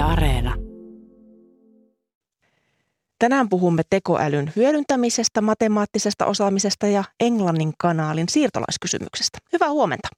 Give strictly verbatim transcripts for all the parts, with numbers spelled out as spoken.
Areena. Tänään puhumme tekoälyn hyödyntämisestä, matemaattisesta osaamisesta ja Englannin kanaalin siirtolaiskysymyksestä. Hyvää huomenta.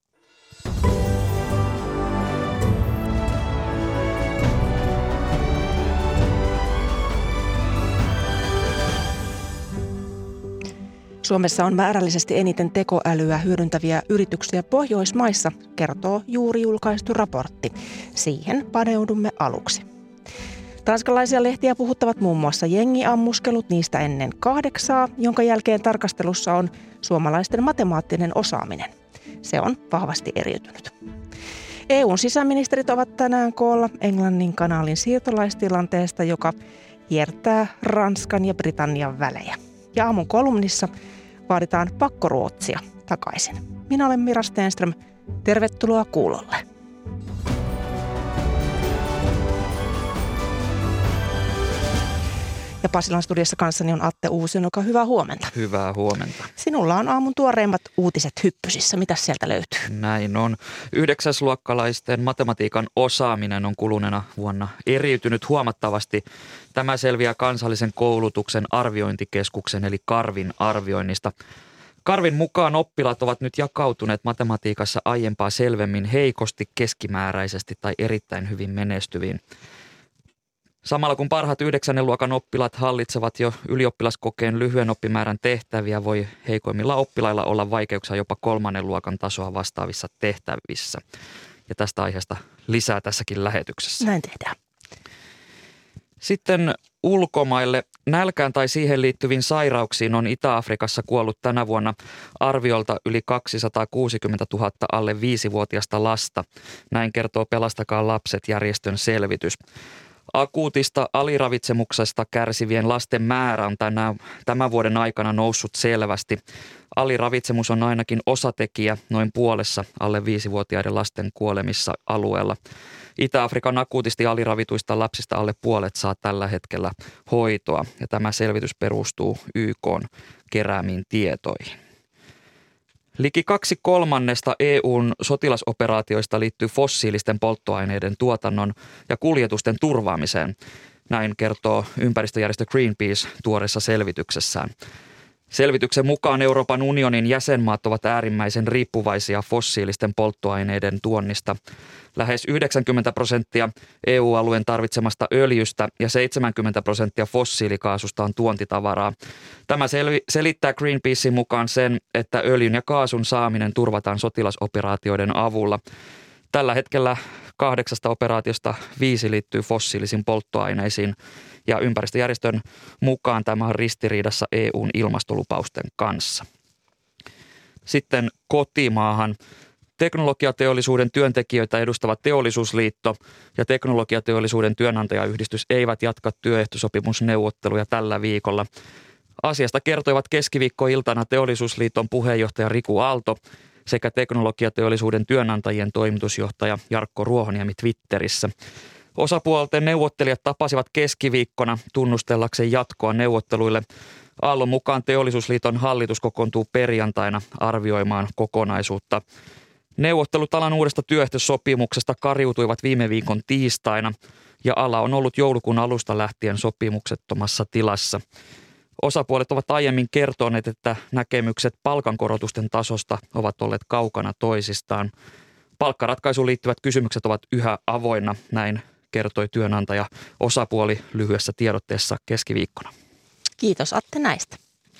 Suomessa on määrällisesti eniten tekoälyä hyödyntäviä yrityksiä Pohjoismaissa, kertoo juuri julkaistu raportti. Siihen paneudumme aluksi. Tanskalaisia lehtiä puhuttavat muun muassa jengiammuskelut niistä ennen kahdeksaa, jonka jälkeen tarkastelussa on suomalaisten matemaattinen osaaminen. Se on vahvasti eriytynyt. E U:n sisäministerit ovat tänään koolla Englannin kanaalin siirtolaistilanteesta, joka hiertää Ranskan ja Britannian välejä. Ja aamun kolumnissa vaaditaan pakkoruotsia takaisin. Minä olen Mira Stenström. Tervetuloa kuulolle. Ja Pasilan studiossa kanssani on Atte Uusionoka. Hyvää huomenta. Hyvää huomenta. Sinulla on aamun tuoreimmat uutiset hyppysissä. Mitäs sieltä löytyy? Näin on. Yhdeksäsluokkalaisten matematiikan osaaminen on kuluneena vuonna eriytynyt huomattavasti. Tämä selviää kansallisen koulutuksen arviointikeskuksen eli Karvin arvioinnista. Karvin mukaan oppilaat ovat nyt jakautuneet matematiikassa aiempaa selvemmin heikosti, keskimääräisesti tai erittäin hyvin menestyviin. Samalla kun parhaat yhdeksännen luokan oppilaat hallitsevat jo ylioppilaskokeen lyhyen oppimäärän tehtäviä, voi heikoimmilla oppilailla olla vaikeuksia jopa kolmannen luokan tasoa vastaavissa tehtävissä. Ja tästä aiheesta lisää tässäkin lähetyksessä. Näin tehdään. Sitten ulkomaille. Nälkään tai siihen liittyviin sairauksiin on Itä-Afrikassa kuollut tänä vuonna arviolta yli kaksisataakuusikymmentätuhatta alle viisivuotiasta lasta. Näin kertoo Pelastakaa lapset -järjestön selvitys. Akuutista aliravitsemuksesta kärsivien lasten määrä on tänä, tämän vuoden aikana noussut selvästi. Aliravitsemus on ainakin osatekijä noin puolessa alle viisivuotiaiden lasten kuolemissa alueella. Itä-Afrikan akuutisti aliravituista lapsista alle puolet saa tällä hetkellä hoitoa ja tämä selvitys perustuu Y K:n keräämiin tietoihin. Liki kaksi kolmannesta E U:n sotilasoperaatioista liittyy fossiilisten polttoaineiden tuotannon ja kuljetusten turvaamiseen. Näin kertoo ympäristöjärjestö Greenpeace tuoreessa selvityksessään. Selvityksen mukaan Euroopan unionin jäsenmaat ovat äärimmäisen riippuvaisia fossiilisten polttoaineiden tuonnista. Lähes yhdeksänkymmentä prosenttia E U-alueen tarvitsemasta öljystä ja seitsemänkymmentä prosenttia fossiilikaasusta on tuontitavaraa. Tämä sel- selittää Greenpeacein mukaan sen, että öljyn ja kaasun saaminen turvataan sotilasoperaatioiden avulla. Tällä hetkellä kahdeksasta operaatiosta viisi liittyy fossiilisiin polttoaineisiin ja ympäristöjärjestön mukaan tämä on ristiriidassa E U:n ilmastolupausten kanssa. Sitten kotimaahan. Teknologiateollisuuden työntekijöitä edustava Teollisuusliitto ja Teknologiateollisuuden työnantajayhdistys eivät jatka työehtosopimusneuvotteluja tällä viikolla. Asiasta kertoivat keskiviikkoiltana Teollisuusliiton puheenjohtaja Riku Aalto sekä Teknologiateollisuuden työnantajien toimitusjohtaja Jarkko Ruohoniemi Twitterissä. Osapuolten neuvottelijat tapasivat keskiviikkona tunnustellakseen jatkoa neuvotteluille. Aallon mukaan Teollisuusliiton hallitus kokoontuu perjantaina arvioimaan kokonaisuutta. Neuvottelut alan uudesta työehtosopimuksesta kariutuivat viime viikon tiistaina ja ala on ollut joulukuun alusta lähtien sopimuksettomassa tilassa. Osapuolet ovat aiemmin kertoneet, että näkemykset palkankorotusten tasosta ovat olleet kaukana toisistaan. Palkkaratkaisuun liittyvät kysymykset ovat yhä avoinna, näin kertoi työnantaja osapuoli lyhyessä tiedotteessa keskiviikkona. Kiitos Atte näistä.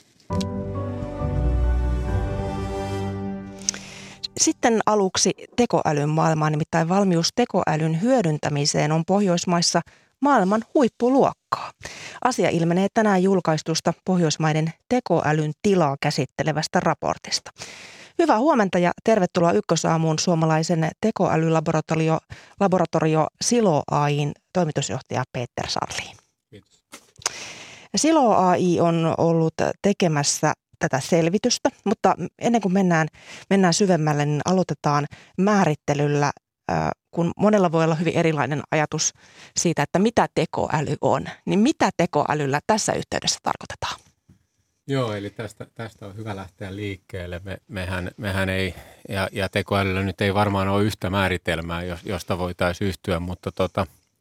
Sitten aluksi tekoälyn maailmaan, nimittäin valmius tekoälyn hyödyntämiseen on Pohjoismaissa maailman huippuluokkaa. Asia ilmenee tänään julkaistusta Pohjoismaiden tekoälyn tilaa käsittelevästä raportista. Hyvää huomenta ja tervetuloa Ykkösaamuun suomalaisen tekoälylaboratorio laboratorio Silo A I:n toimitusjohtaja Peter Sarliin. Kiitos. Silo A I on ollut tekemässä tätä selvitystä, mutta ennen kuin mennään, mennään syvemmälle, niin aloitetaan määrittelyllä, kun monella voi olla hyvin erilainen ajatus siitä, että mitä tekoäly on. Niin mitä tekoälyllä tässä yhteydessä tarkoitetaan? Joo, eli tästä, tästä on hyvä lähteä liikkeelle. Me, mehän, mehän ei, ja, ja tekoälyllä nyt ei varmaan ole yhtä määritelmää, josta voitaisiin yhtyä, mutta tota,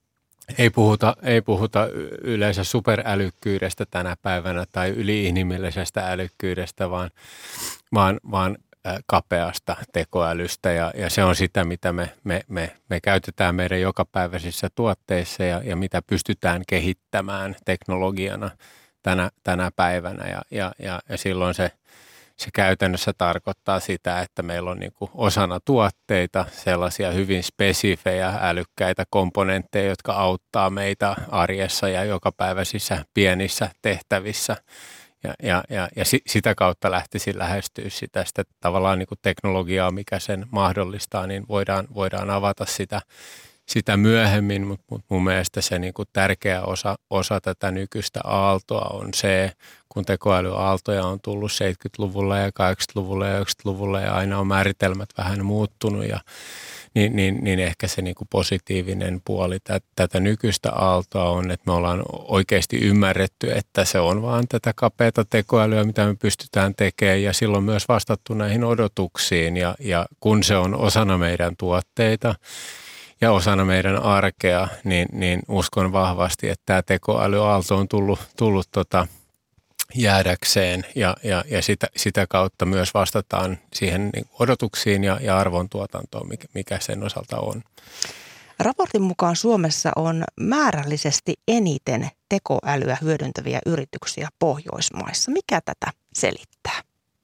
Ei puhuta, ei puhuta yleensä superälykkyydestä tänä päivänä tai yliinhimillisestä älykkyydestä, vaan, vaan, vaan kapeasta tekoälystä ja, ja se on sitä, mitä me, me, me, me käytetään meidän jokapäiväisissä tuotteissa ja, ja mitä pystytään kehittämään teknologiana tänä, tänä päivänä ja, ja, ja, ja silloin se Se käytännössä tarkoittaa sitä, että meillä on niin kuin osana tuotteita sellaisia hyvin spesifejä, älykkäitä komponentteja, jotka auttaa meitä arjessa ja jokapäiväisissä pienissä tehtävissä. Ja, ja, ja, ja sitä kautta lähtisi lähestyä sitä, sitä tavallaan niin kuin teknologiaa, mikä sen mahdollistaa, niin voidaan, voidaan avata sitä, sitä myöhemmin, mutta mut mun mielestä se niin kuin tärkeä osa, osa tätä nykyistä aaltoa on se, kun tekoälyaaltoja on tullut seitsemänkymmentäluvulla ja kahdeksankymmentäluvulla ja yhdeksänkymmentäluvulla ja aina on määritelmät vähän muuttunut, ja, niin, niin, niin ehkä se niin kuin positiivinen puoli tätä, tätä nykyistä aaltoa on, että me ollaan oikeasti ymmärretty, että se on vaan tätä kapeata tekoälyä, mitä me pystytään tekemään ja silloin myös vastattu näihin odotuksiin ja, ja kun se on osana meidän tuotteita, ja osana meidän arkea, niin, niin uskon vahvasti, että tämä tekoälyaalto on tullut, tullut tota jäädäkseen ja, ja, ja sitä, sitä kautta myös vastataan siihen odotuksiin ja, ja arvontuotantoon, mikä, mikä sen osalta on. Raportin mukaan Suomessa on määrällisesti eniten tekoälyä hyödyntäviä yrityksiä Pohjoismaissa. Mikä tätä selittää?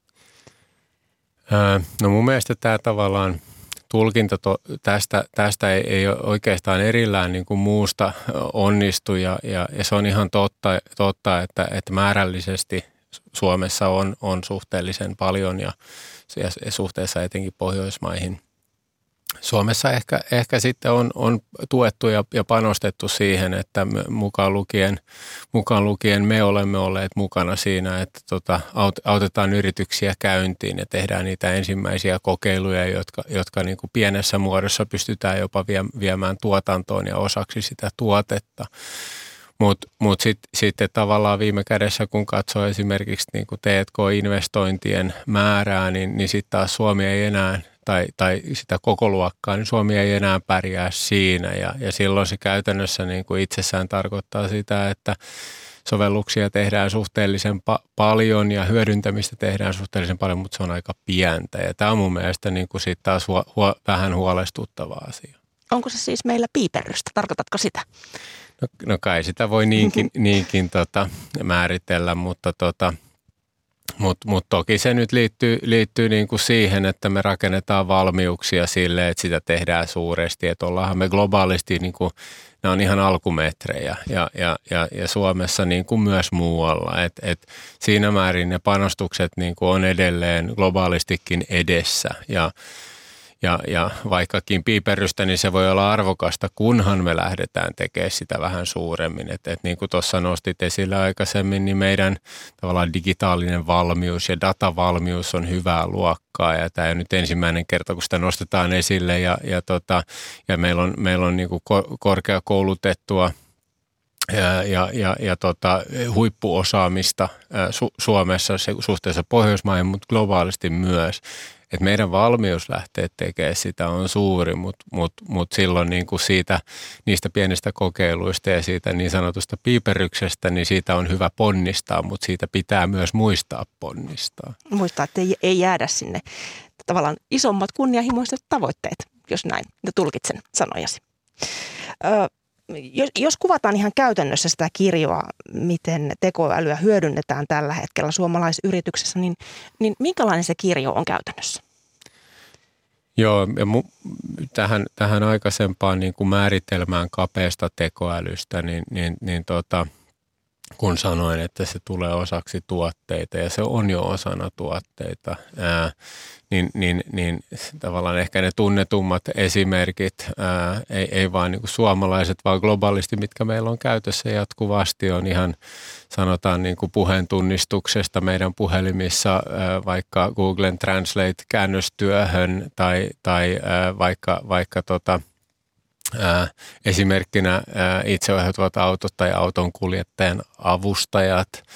Ää, no mun mielestä tämä tavallaan tulkinta to, tästä, tästä ei, ei oikeastaan erillään niin kuin muusta onnistu ja, ja, ja se on ihan totta, totta että, että määrällisesti Suomessa on, on suhteellisen paljon ja, ja suhteessa etenkin Pohjoismaihin. Suomessa ehkä, ehkä sitten on, on tuettu ja, ja panostettu siihen, että mukaan lukien, mukaan lukien me olemme olleet mukana siinä, että tota, autetaan yrityksiä käyntiin ja tehdään niitä ensimmäisiä kokeiluja, jotka, jotka niin kuin pienessä muodossa pystytään jopa vie, viemään tuotantoon ja osaksi sitä tuotetta. Mutta mut sitten sit tavallaan viime kädessä, kun katsoo esimerkiksi niin kuin T and K-investointien määrää, niin, niin sitten taas Suomi ei enää, tai, tai sitä koko luokkaa, niin Suomi ei enää pärjää siinä. Ja, ja silloin se käytännössä niin kuin itsessään tarkoittaa sitä, että sovelluksia tehdään suhteellisen pa- paljon ja hyödyntämistä tehdään suhteellisen paljon, mutta se on aika pientä. Ja tämä on mun mielestä niin kuin sit taas huo, huo, vähän huolestuttava asia. Onko se siis meillä piiperrystä? Tarkoitatko sitä? No, no kai sitä voi niinkin, niinkin tota, määritellä, mutta tota, mut, mut toki se nyt liittyy, liittyy niin kuin siihen, että me rakennetaan valmiuksia sille, että sitä tehdään suuresti. Että ollaanhan me globaalisti, niin kuin, ne on ihan alkumetrejä ja, ja, ja, ja Suomessa niin kuin myös muualla. Et, et siinä määrin ne panostukset niin kuin on edelleen globaalistikin edessä ja Ja, ja vaikkakin piiperrystä, niin se voi olla arvokasta, kunhan me lähdetään tekemään sitä vähän suuremmin. Et, et niin kuin tuossa nostit esille aikaisemmin, niin meidän tavallaan digitaalinen valmius ja datavalmius on hyvää luokkaa. Ja tämä on nyt ensimmäinen kerta, kun sitä nostetaan esille ja, ja, tota, ja meillä on, meillä on niin kuin korkeakoulutettua ja, ja, ja, ja tota, huippuosaamista Su- Suomessa suhteessa Pohjoismaihin, mutta globaalisti myös. Et meidän valmius lähteä tekemään sitä on suuri, mutta mut, mut silloin niin kuin siitä, niistä pienistä kokeiluista ja siitä niin sanotusta piiperryksestä, niin siitä on hyvä ponnistaa, mutta siitä pitää myös muistaa ponnistaa. Muistaa, että ei, ei jäädä sinne tavallaan isommat kunnianhimoiset tavoitteet, jos näin tulkitsen sanojasi. Ö, jos, jos kuvataan ihan käytännössä sitä kirjoa, miten tekoälyä hyödynnetään tällä hetkellä suomalaisyrityksessä, niin, niin minkälainen se kirjo on käytännössä? Joo, ja mu, tähän, tähän aikaisempaan niin kuin määritelmään kapeasta tekoälystä, niin, niin, niin tota, kun sanoin, että se tulee osaksi tuotteita ja se on jo osana tuotteita, ää, niin, niin, niin tavallaan ehkä ne tunnetummat esimerkit, ää, ei, ei vaan niin kuin suomalaiset, vaan globaalisti, mitkä meillä on käytössä jatkuvasti, on ihan sanotaan niin kuin puheentunnistuksesta meidän puhelimissa ää, vaikka Googlen Translate-käännöstyöhön tai, tai ää, vaikka, vaikka tota, Ää, esimerkkinä ää, itseohjautuvat autot tai auton kuljettajan avustajat,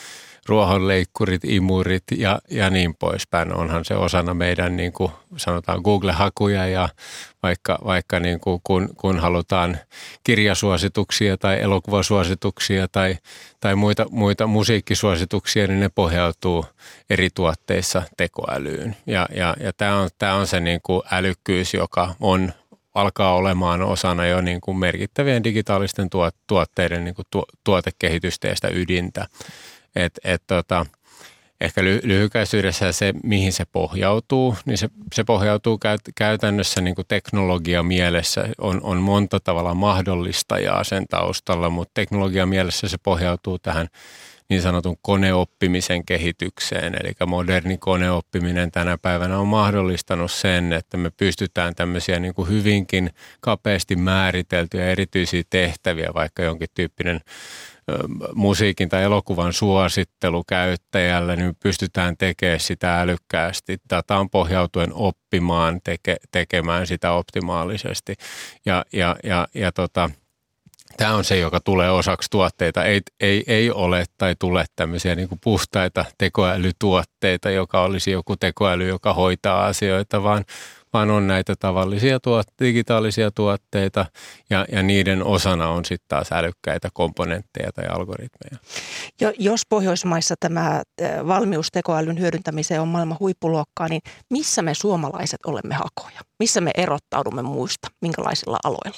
ruohonleikkurit, imurit ja, ja niin poispäin. Onhan se osana meidän niin kuin sanotaan Google-hakuja ja vaikka, vaikka niin kuin kun, kun halutaan kirjasuosituksia tai elokuvasuosituksia tai, tai muita, muita musiikkisuosituksia, niin ne pohjautuu eri tuotteissa tekoälyyn. Ja, ja, ja tämä on, tämä on se niin kuin älykkyys, joka on alkaa olemaan osana jo niin kuin merkittävien digitaalisten tuotteiden niin kuin tuotekehitystä ja sitä ydintä. Et, et tota, ehkä ly- lyhykäisyydessä se, mihin se pohjautuu, niin se, se pohjautuu käyt, käytännössä niin kuin teknologia mielessä. On, on monta tavalla mahdollistajaa sen taustalla, mutta teknologia mielessä se pohjautuu tähän niin sanotun koneoppimisen kehitykseen. Eli moderni koneoppiminen tänä päivänä on mahdollistanut sen, että me pystytään tämmöisiä niin kuin hyvinkin kapeasti määriteltyjä erityisiä tehtäviä, vaikka jonkin tyyppinen musiikin tai elokuvan suosittelu käyttäjälle, niin pystytään tekemään sitä älykkäästi, dataan pohjautuen oppimaan, teke, tekemään sitä optimaalisesti. Ja, ja, ja, ja tota, tämä on se, joka tulee osaksi tuotteita. Ei, ei, ei ole tai tule tämmöisiä niin kuin puhtaita tekoälytuotteita, joka olisi joku tekoäly, joka hoitaa asioita, vaan vaan on näitä tavallisia tuot, digitaalisia tuotteita ja, ja niiden osana on sitten taas älykkäitä komponentteja tai algoritmeja. Jo, jos Pohjoismaissa tämä valmius tekoälyn hyödyntämiseen on maailman huippuluokkaa, niin missä me suomalaiset olemme hakoja? Missä me erottaudumme muista? Minkälaisilla aloilla?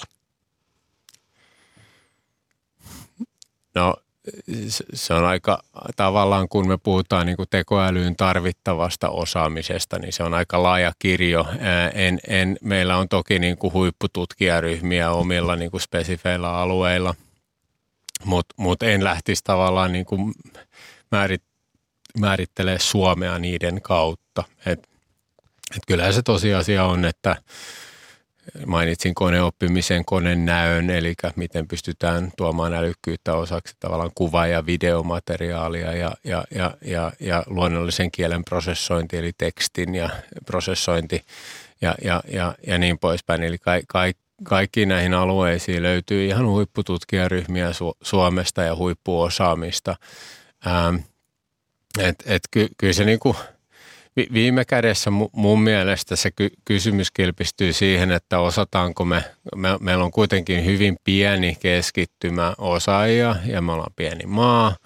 No se on aika tavallaan, kun me puhutaan niin kuin tekoälyyn tarvittavasta osaamisesta, niin se on aika laaja kirjo. En, en, meillä on toki niin kuin huippututkijaryhmiä omilla niin kuin spesifeillä alueilla, mutta mut en lähtisi tavallaan niin kuin määrit, määrittelee Suomea niiden kautta. Et, et kyllähän se tosiasia on, että mainitsin koneoppimisen, konenäön, eli miten pystytään tuomaan älykkyyttä osaksi tavallaan kuva- ja videomateriaalia ja, ja, ja, ja, ja luonnollisen kielen prosessointi, eli tekstin ja prosessointi ja, ja, ja, ja niin poispäin. Eli ka, ka, kaikkiin näihin alueisiin löytyy ihan huippututkijaryhmiä Su- Suomesta ja huippuosaamista. Ähm, et, et ky, kyllä se niinku viime kädessä mun mielestä se kysymys kilpistyy siihen, että osataanko me, me, meillä on kuitenkin hyvin pieni keskittymä osaajia ja me ollaan pieni maa,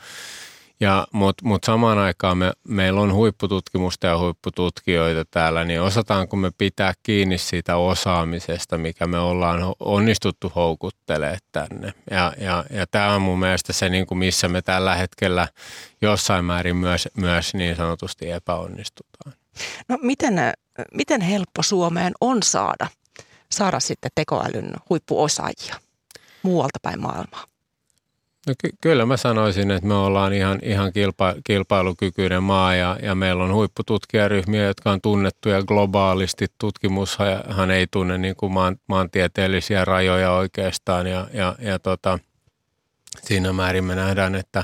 mutta mut samaan aikaan me, meillä on huippututkimusta ja huippututkijoita täällä, niin osataanko me pitää kiinni siitä osaamisesta, mikä me ollaan onnistuttu houkuttelemaan tänne. Ja, ja, ja tämä on mun mielestä se, niin kuin missä me tällä hetkellä jossain määrin myös, myös niin sanotusti epäonnistutaan. No miten, miten helppo Suomeen on saada, saada sitten tekoälyn huippuosaajia muualta päin maailmaa? No ky- kyllä mä sanoisin, että me ollaan ihan, ihan kilpa- kilpailukykyinen maa ja, ja meillä on huippututkijaryhmiä, jotka on tunnettuja globaalisti. Tutkimushan ei tunne niin kuin maan, maantieteellisiä rajoja oikeastaan ja, ja, ja tota, siinä määrin me nähdään, että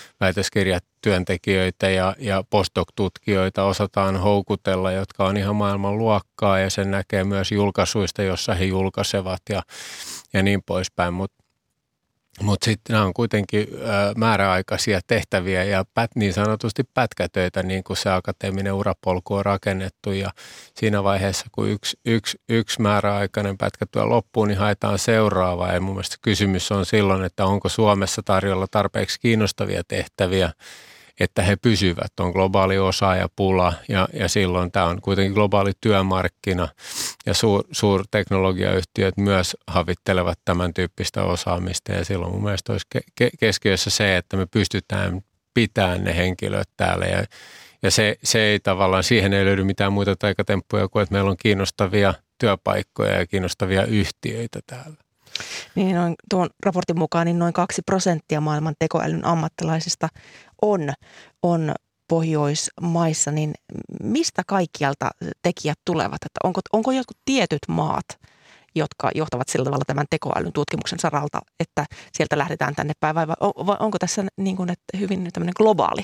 väitöskirjatyöntekijöitä ja, ja postdoc-tutkijoita osataan houkutella, jotka on ihan maailman luokkaa ja sen näkee myös julkaisuista, jossa he julkaisevat ja, ja niin poispäin, mutta Mutta sitten nämä on kuitenkin ö, määräaikaisia tehtäviä ja pät, niin sanotusti pätkätöitä, niin kuin se akateeminen urapolku on rakennettu. Ja siinä vaiheessa, kun yksi, yksi, yksi määräaikainen pätkätyö loppuu, niin haetaan seuraavaa. Ja mun mielestä kysymys on silloin, että onko Suomessa tarjolla tarpeeksi kiinnostavia tehtäviä, että he pysyvät. On globaali osaajapula ja, ja silloin tämä on kuitenkin globaali työmarkkina ja suur, suurteknologiayhtiöt myös havittelevat tämän tyyppistä osaamista ja silloin mun mielestä olisi ke, keskiössä se, että me pystytään pitämään ne henkilöt täällä ja, ja se, se ei tavallaan, siihen ei löydy mitään muita taikatemppuja kuin, että meillä on kiinnostavia työpaikkoja ja kiinnostavia yhtiöitä täällä. Niin noin, tuon raportin mukaan niin noin kaksi prosenttia maailman tekoälyn ammattilaisista on, on Pohjoismaissa, niin mistä kaikkialta tekijät tulevat? Että onko, onko jotkut tietyt maat, jotka johtavat sillä tavalla tämän tekoälyn tutkimuksen saralta, että sieltä lähdetään tänne päin, vai, vai onko tässä niin kuin, että hyvin tämmöinen globaali,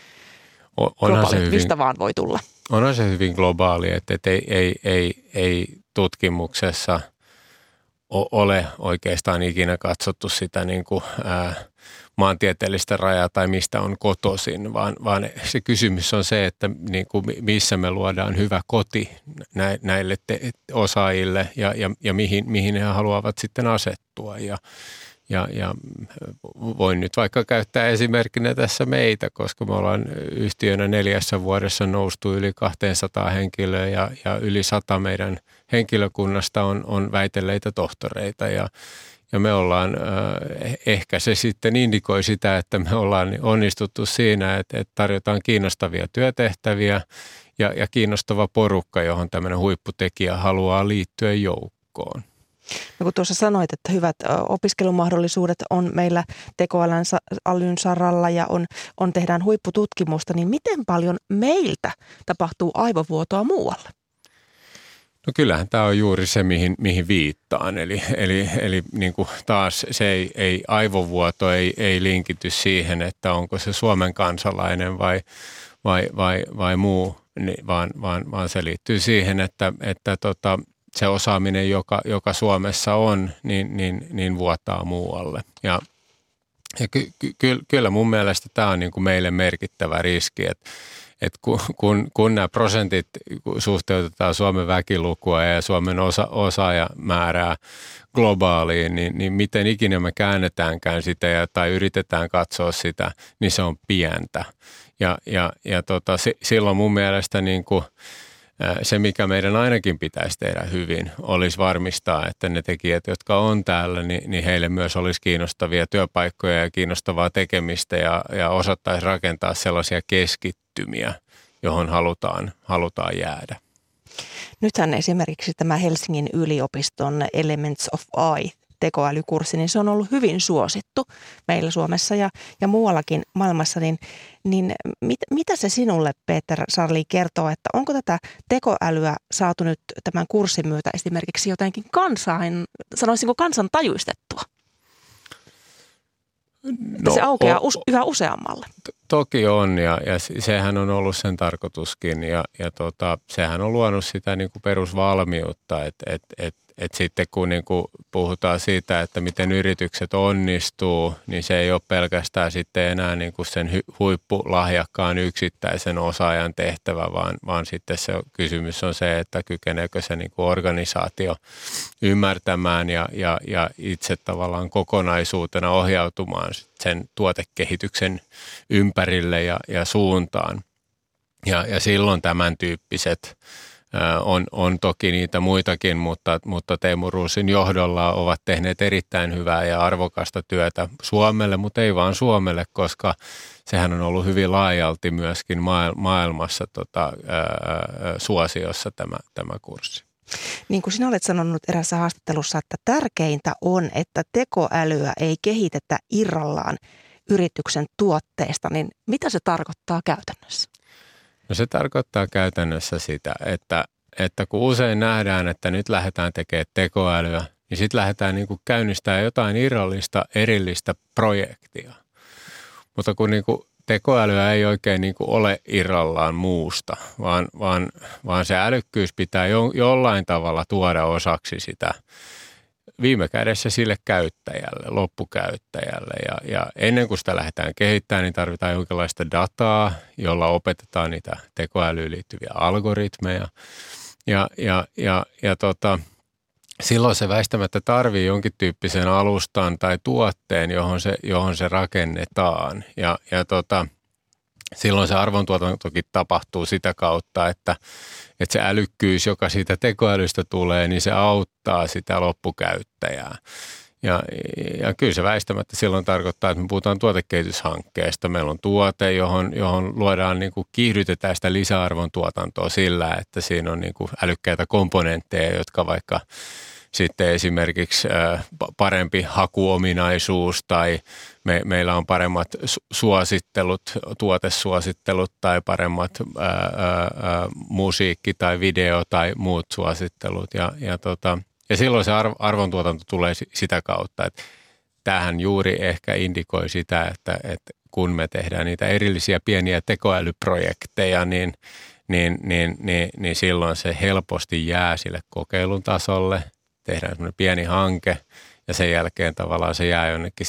globaali se hyvin, mistä vaan voi tulla? Onhan se hyvin globaali, että, että ei, ei, ei, ei tutkimuksessa ole oikeastaan ikinä katsottu sitä niin kuin, ää, maantieteellistä rajaa tai mistä on kotoisin, vaan, vaan se kysymys on se, että niin kuin missä me luodaan hyvä koti näille te- osaajille ja, ja, ja mihin, mihin he haluavat sitten asettua. Ja, ja, ja voin nyt vaikka käyttää esimerkkinä tässä meitä, koska me ollaan yhtiönä neljässä vuodessa noustu yli kaksisataa henkilöä ja, ja yli sata meidän henkilökunnasta on, on väitelleitä tohtoreita ja Ja me ollaan, ehkä se sitten indikoi sitä, että me ollaan onnistuttu siinä, että, että tarjotaan kiinnostavia työtehtäviä ja, ja kiinnostava porukka, johon tämmöinen huipputekijä haluaa liittyä joukkoon. No kun tuossa sanoit, että hyvät opiskelumahdollisuudet on meillä tekoälyn saralla ja on, on tehdään huippututkimusta, niin miten paljon meiltä tapahtuu aivovuotoa muualle? No kyllähän tämä on juuri se, mihin, mihin viittaan. Eli, eli, eli niin kuin taas se ei, ei aivovuoto ei, ei linkity siihen, että onko se Suomen kansalainen vai, vai, vai, vai muu, vaan, vaan, vaan se liittyy siihen, että, että tota, se osaaminen, joka, joka Suomessa on, niin, niin, niin vuotaa muualle. Ja, ja ky, ky, kyllä mun mielestä tämä on niin kuin meille merkittävä riski, että Että kun, kun, kun nämä prosentit suhteutetaan Suomen väkilukua ja Suomen osa, osaajamäärää globaaliin, niin, niin miten ikinä me käännetäänkään sitä ja, tai yritetään katsoa sitä, niin se on pientä. Ja, ja, ja tota, silloin mun mielestä niin kuin, se, mikä meidän ainakin pitäisi tehdä hyvin, olisi varmistaa, että ne tekijät, jotka on täällä, niin, niin heille myös olisi kiinnostavia työpaikkoja ja kiinnostavaa tekemistä ja, ja osattaisi rakentaa sellaisia keskittymiä, johon halutaan, halutaan jäädä. Nythän esimerkiksi tämä Helsingin yliopiston Elements of I tekoälykurssi, niin se on ollut hyvin suosittu meillä Suomessa ja, ja muuallakin maailmassa, niin, niin mit, mitä se sinulle, Peter Sarli, kertoo, että onko tätä tekoälyä saatu nyt tämän kurssin myötä esimerkiksi jotenkin kansain, sanoisinko kansantajuistettua? No, se aukeaa o, us, yhä useammalle. Toki on ja, ja sehän on ollut sen tarkoituskin ja, ja tota, sehän on luonut sitä niin kuin perusvalmiutta, että et, et, et sitten kun niin kuin puhutaan siitä, että miten yritykset onnistuu, niin se ei ole pelkästään sitten enää niin kuin sen huippulahjakkaan yksittäisen osaajan tehtävä, vaan, vaan sitten se kysymys on se, että kykeneekö se niin kuin organisaatio ymmärtämään ja, ja, ja itse tavallaan kokonaisuutena ohjautumaan sen tuotekehityksen ympärille ja, ja suuntaan. Ja, ja silloin tämän tyyppiset On, on toki niitä muitakin, mutta, mutta Teemu Roosin johdolla ovat tehneet erittäin hyvää ja arvokasta työtä Suomelle, mutta ei vaan Suomelle, koska sehän on ollut hyvin laajalti myöskin maailmassa tota, ää, suosiossa tämä, tämä kurssi. Niin kuin sinä olet sanonut erässä haastattelussa, että tärkeintä on, että tekoälyä ei kehitetä irrallaan yrityksen tuotteesta, niin mitä se tarkoittaa käytännössä? No se tarkoittaa käytännössä sitä, että, että kun usein nähdään, että nyt lähdetään tekemään tekoälyä, niin sitten lähdetään niin kuin käynnistämään jotain irrallista, erillistä projektia. Mutta kun niin kuin tekoälyä ei oikein niin kuin ole irrallaan muusta, vaan, vaan, vaan se älykkyys pitää jo, jollain tavalla tuoda osaksi sitä viime kädessä sille käyttäjälle, loppukäyttäjälle. Ja, ja ennen kuin sitä lähdetään kehittämään, niin tarvitaan jonkinlaista dataa, jolla opetetaan niitä tekoälyyn liittyviä algoritmeja. Ja, ja, ja, ja tota, silloin se väistämättä tarvii jonkin tyyppisen alustan tai tuotteen, johon se, johon se rakennetaan. Ja, ja tota, silloin se arvontuotantokin tapahtuu sitä kautta, että, että se älykkyys, joka siitä tekoälystä tulee, niin se auttaa sitä loppukäyttäjää. Ja, ja kyllä se väistämättä silloin tarkoittaa, että me puhutaan tuotekehityshankkeesta. Meillä on tuote, johon, johon luodaan, niin kuin kiihdytetään sitä lisäarvon tuotantoa sillä, että siinä on niin kuin älykkäitä komponentteja, jotka vaikka sitten esimerkiksi parempi hakuominaisuus tai me, meillä on paremmat suosittelut, tuotesuosittelut tai paremmat ää, ää, musiikki tai video tai muut suosittelut. Ja, ja, tota, ja silloin se arv- arvontuotanto tulee sitä kautta, että tämähän juuri ehkä indikoi sitä, että, että kun me tehdään niitä erillisiä pieniä tekoälyprojekteja, niin, niin, niin, niin, niin silloin se helposti jää sille kokeilun tasolle. Tehdään semmoinen pieni hanke ja sen jälkeen tavallaan se jää jonnekin sinne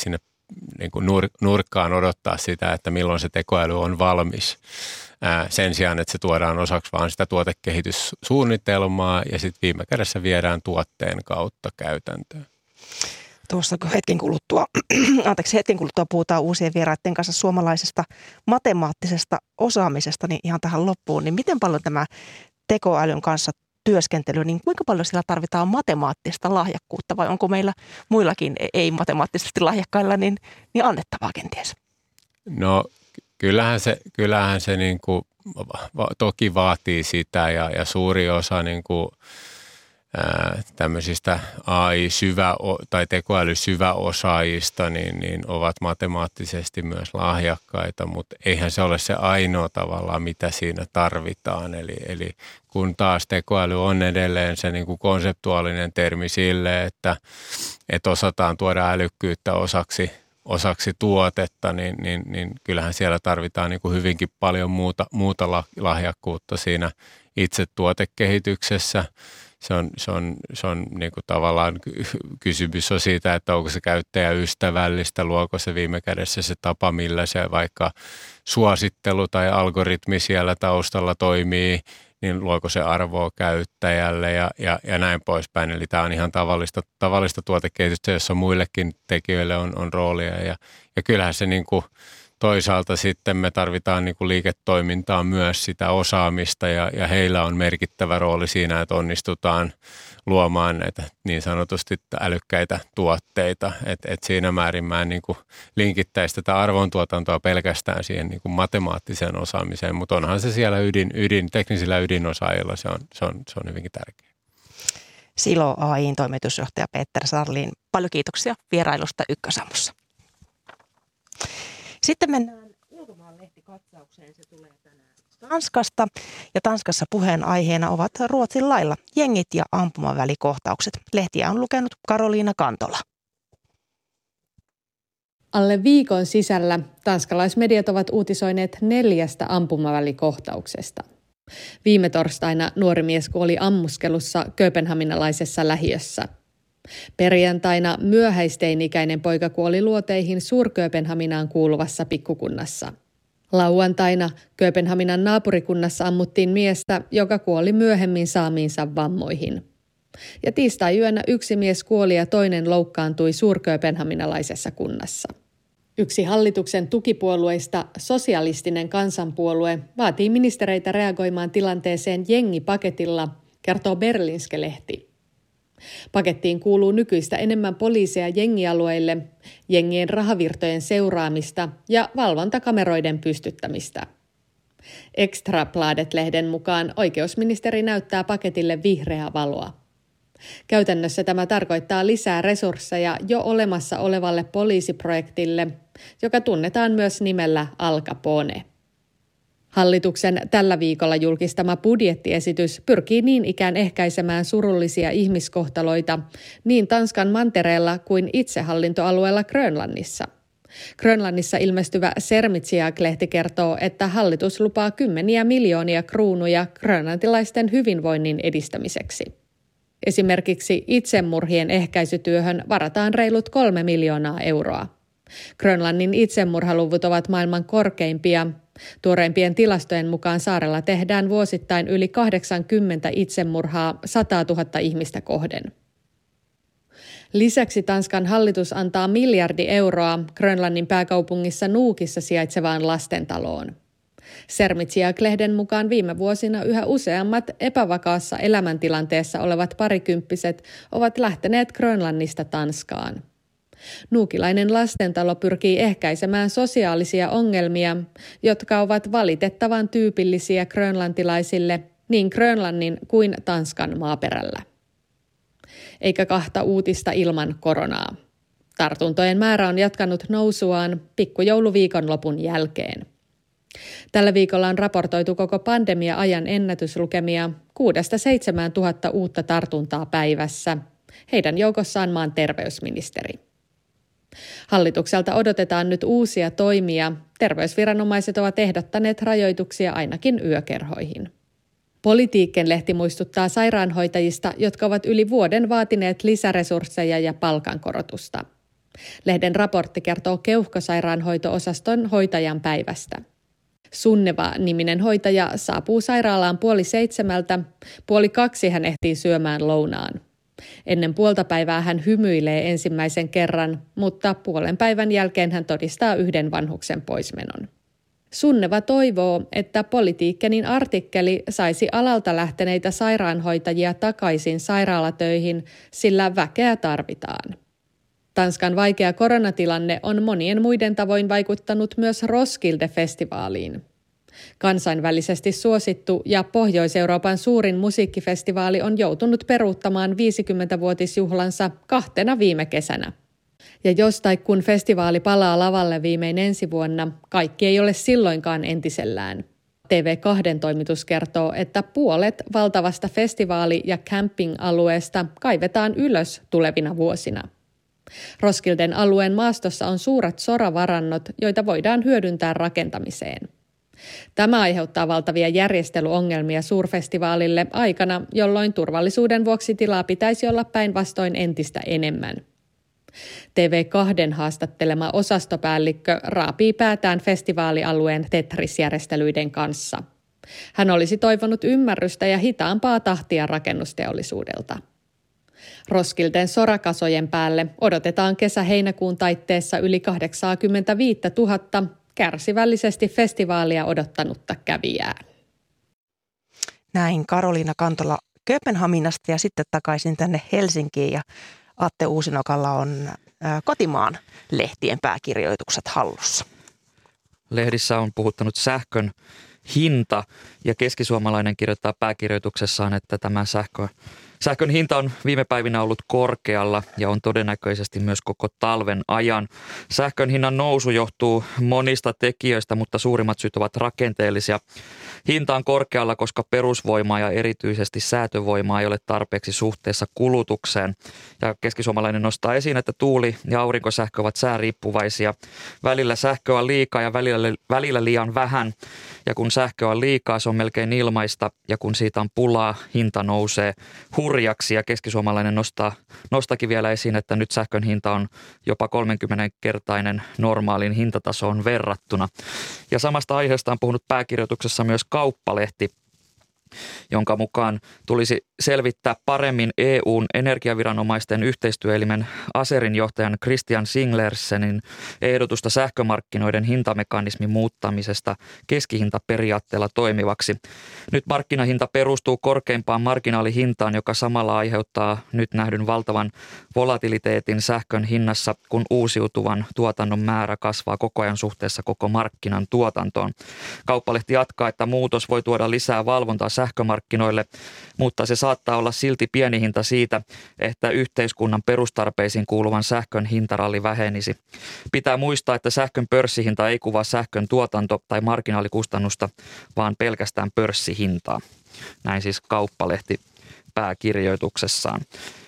niin kuin nur, nurkkaan odottaa sitä, että milloin se tekoäly on valmis. Ää, sen sijaan, että se tuodaan osaksi vaan sitä tuotekehityssuunnitelmaa ja sitten viime kädessä viedään tuotteen kautta käytäntöön. Tuossa kun hetken kuluttua, anteeksi, hetken kuluttua puhutaan uusien vieraiden kanssa suomalaisesta matemaattisesta osaamisesta, niin ihan tähän loppuun, niin miten paljon tämä tekoälyn kanssa työskentely, niin kuinka paljon sillä tarvitaan matemaattista lahjakkuutta vai onko meillä muillakin ei-matemaattisesti lahjakkailla niin, niin annettavaa kenties? No kyllähän se, kyllähän se niin kuin, va, toki vaatii sitä ja, ja suuri osa niin kuin, ää, tämmöisistä A I-syvä- tai tekoäly-syväosaajista niin, niin ovat matemaattisesti myös lahjakkaita, mutta eihän se ole se ainoa tavallaan, mitä siinä tarvitaan. Eli, eli kun taas tekoäly on edelleen se niin kuin konseptuaalinen termi sille, että, että osataan tuoda älykkyyttä osaksi osaksi tuotetta, niin, niin, niin kyllähän siellä tarvitaan niin kuin hyvinkin paljon muuta, muuta lahjakkuutta siinä itse tuotekehityksessä. Se on, se on, se on niin kuin tavallaan kysymys on siitä, että onko se käyttäjäystävällistä, luoko se viime kädessä se tapa, millä se vaikka suosittelu tai algoritmi siellä taustalla toimii, niin luoko se arvoa käyttäjälle ja, ja, ja näin poispäin. Eli tämä on ihan tavallista, tavallista tuotekehitystä, jossa muillekin tekijöille on, on roolia. Ja, ja kyllähän se niin kuin toisaalta sitten me tarvitaan niin kuin liiketoimintaa myös sitä osaamista ja, ja heillä on merkittävä rooli siinä, että onnistutaan luomaan näitä niin sanotusti älykkäitä tuotteita. Et, et siinä määrin mä en niin kuin linkittäisi tätä arvontuotantoa pelkästään siihen niin kuin matemaattiseen osaamiseen, mutta onhan se siellä ydin, ydin, teknisillä ydinosaajilla, se on, se on, se on hyvinkin tärkeää. Silo A I:n toimitusjohtaja Peter Sarlin, paljon kiitoksia vierailusta Ykkösaamussa. Sitten mennään ulkomaanlehtikatsaukseen, se tulee tänään Tanskasta. Ja Tanskassa puheenaiheena ovat Ruotsin lailla jengit ja ampumavälikohtaukset. Lehtiä on lukenut Karoliina Kantola. Alle viikon sisällä tanskalaismediat ovat uutisoineet neljästä ampumavälikohtauksesta. Viime torstaina nuori mies kuoli ammuskelussa kööpenhaminalaisessa lähiössä. Perjantaina myöhäisteini-ikäinen poika kuoli luoteihin Suur-Kööpenhaminaan kuuluvassa pikkukunnassa. Lauantaina Kööpenhaminan naapurikunnassa ammuttiin miestä, joka kuoli myöhemmin saamiinsa vammoihin. Ja tiistai-yönä yksi mies kuoli ja toinen loukkaantui Suur-Kööpenhaminalaisessa kunnassa. Yksi hallituksen tukipuolueista, sosialistinen kansanpuolue, vaatii ministereitä reagoimaan tilanteeseen jengipaketilla, kertoo Berlingske-lehti. Pakettiin kuuluu nykyistä enemmän poliiseja jengialueille, jengien rahavirtojen seuraamista ja valvontakameroiden pystyttämistä. Extrabladet-lehden mukaan oikeusministeri näyttää paketille vihreää valoa. Käytännössä tämä tarkoittaa lisää resursseja jo olemassa olevalle poliisiprojektille, joka tunnetaan myös nimellä Al Capone. Hallituksen tällä viikolla julkistama budjettiesitys pyrkii niin ikään ehkäisemään surullisia ihmiskohtaloita niin Tanskan mantereella kuin itsehallintoalueella Grönlannissa. Grönlannissa ilmestyvä Sermitsiaq-lehti kertoo, että hallitus lupaa kymmeniä miljoonia kruunuja grönlantilaisten hyvinvoinnin edistämiseksi. Esimerkiksi itsemurhien ehkäisytyöhön varataan reilut kolme miljoonaa euroa. Grönlannin itsemurhaluvut ovat maailman korkeimpia. Tuoreimpien tilastojen mukaan saarella tehdään vuosittain yli kahdeksankymmentä itsemurhaa sata tuhatta ihmistä kohden. Lisäksi Tanskan hallitus antaa miljardi euroa Grönlannin pääkaupungissa Nuukissa sijaitsevaan lastentaloon. Sermitsiaq-lehden mukaan viime vuosina yhä useammat epävakaassa elämäntilanteessa olevat parikymppiset ovat lähteneet Grönlannista Tanskaan. Nuukilainen lastentalo pyrkii ehkäisemään sosiaalisia ongelmia, jotka ovat valitettavan tyypillisiä grönlantilaisille niin Grönlannin kuin Tanskan maaperällä. Eikä kahta uutista ilman koronaa. Tartuntojen määrä on jatkanut nousuaan pikkujouluviikonlopun jälkeen. Tällä viikolla on raportoitu koko pandemia-ajan ennätyslukemia kuudesta seitsemään tuhatta uutta tartuntaa päivässä. Heidän joukossaan maan terveysministeri. Hallitukselta odotetaan nyt uusia toimia. Terveysviranomaiset ovat ehdottaneet rajoituksia ainakin yökerhoihin. Politiikken-lehti muistuttaa sairaanhoitajista, jotka ovat yli vuoden vaatineet lisäresursseja ja palkankorotusta. Lehden raportti kertoo keuhkosairaanhoito-osaston hoitajan päivästä. Sunneva-niminen hoitaja saapuu sairaalaan puoli seitsemältä, puoli kaksi hän ehtii syömään lounaan. Ennen puolta päivää hän hymyilee ensimmäisen kerran, mutta puolen päivän jälkeen hän todistaa yhden vanhuksen poismenon. Sunneva toivoo, että Politiikkenin artikkeli saisi alalta lähteneitä sairaanhoitajia takaisin sairaalatöihin, sillä väkeä tarvitaan. Tanskan vaikea koronatilanne on monien muiden tavoin vaikuttanut myös Roskilde-festivaaliin. Kansainvälisesti suosittu ja Pohjois-Euroopan suurin musiikkifestivaali on joutunut peruuttamaan viisikymmenvuotisjuhlansa kahtena viime kesänä. Ja jos tai kun festivaali palaa lavalle viimein ensi vuonna, kaikki ei ole silloinkaan entisellään. T V kaksi toimitus kertoo, että puolet valtavasta festivaali- ja camping-alueesta kaivetaan ylös tulevina vuosina. Roskilden alueen maastossa on suuret soravarannot, joita voidaan hyödyntää rakentamiseen. Tämä aiheuttaa valtavia järjestelyongelmia suurfestivaalille aikana, jolloin turvallisuuden vuoksi tilaa pitäisi olla päinvastoin entistä enemmän. T V kaksi haastattelema osastopäällikkö raapii päätään festivaalialueen Tetris-järjestelyiden kanssa. Hän olisi toivonut ymmärrystä ja hitaampaa tahtia rakennusteollisuudelta. Roskilden sorakasojen päälle odotetaan kesä-heinäkuun taitteessa yli kahdeksankymmentäviisituhatta kärsivällisesti festivaalia odottanutta kävijää. Näin Karoliina Kantola Kööpenhaminasta ja sitten takaisin tänne Helsinkiin ja Atte Uusinokalla on kotimaan lehtien pääkirjoitukset hallussa. Lehdissä on puhuttanut sähkön hinta ja Keskisuomalainen kirjoittaa pääkirjoituksessaan, että tämä sähkö, sähkön hinta on viime päivinä ollut korkealla ja on todennäköisesti myös koko talven ajan. Sähkön hinnan nousu johtuu monista tekijöistä, mutta suurimmat syyt ovat rakenteellisia. Hinta on korkealla, koska perusvoimaa ja erityisesti säätövoimaa ei ole tarpeeksi suhteessa kulutukseen. Ja Keskisuomalainen nostaa esiin, että tuuli- ja aurinkosähkö ovat sääriippuvaisia. Välillä sähköä on liikaa ja välillä, välillä liian vähän. Ja kun sähköä on liikaa, se on melkein ilmaista. Ja kun siitä on pulaa, hinta nousee hurjaksi. Ja Keskisuomalainen nostaa, nostakin vielä esiin, että nyt sähkön hinta on jopa kolmekymmenkertainen normaalin hintatasoon verrattuna. Ja samasta aiheesta on puhunut pääkirjoituksessa myös Kauppalehti, jonka mukaan tulisi selvittää paremmin E U:n energiaviranomaisten yhteistyöelimen Aserin johtajan Christian Singlersenin ehdotusta sähkömarkkinoiden hintamekanismin muuttamisesta keskihintaperiaatteella toimivaksi. Nyt markkinahinta perustuu korkeimpaan marginaalihintaan, joka samalla aiheuttaa nyt nähdyn valtavan volatiliteetin sähkön hinnassa, kun uusiutuvan tuotannon määrä kasvaa koko ajan suhteessa koko markkinan tuotantoon. Kauppalehti jatkaa, että muutos voi tuoda lisää valvontaa sähkömarkkinoille, mutta se saattaa olla silti pieni hinta siitä, että yhteiskunnan perustarpeisiin kuuluvan sähkön hintaralli vähenisi. Pitää muistaa, että sähkön pörssihinta ei kuvaa sähkön tuotanto- tai marginaalikustannusta, vaan pelkästään pörssihintaa. Näin siis Kauppalehti pääkirjoituksessaan.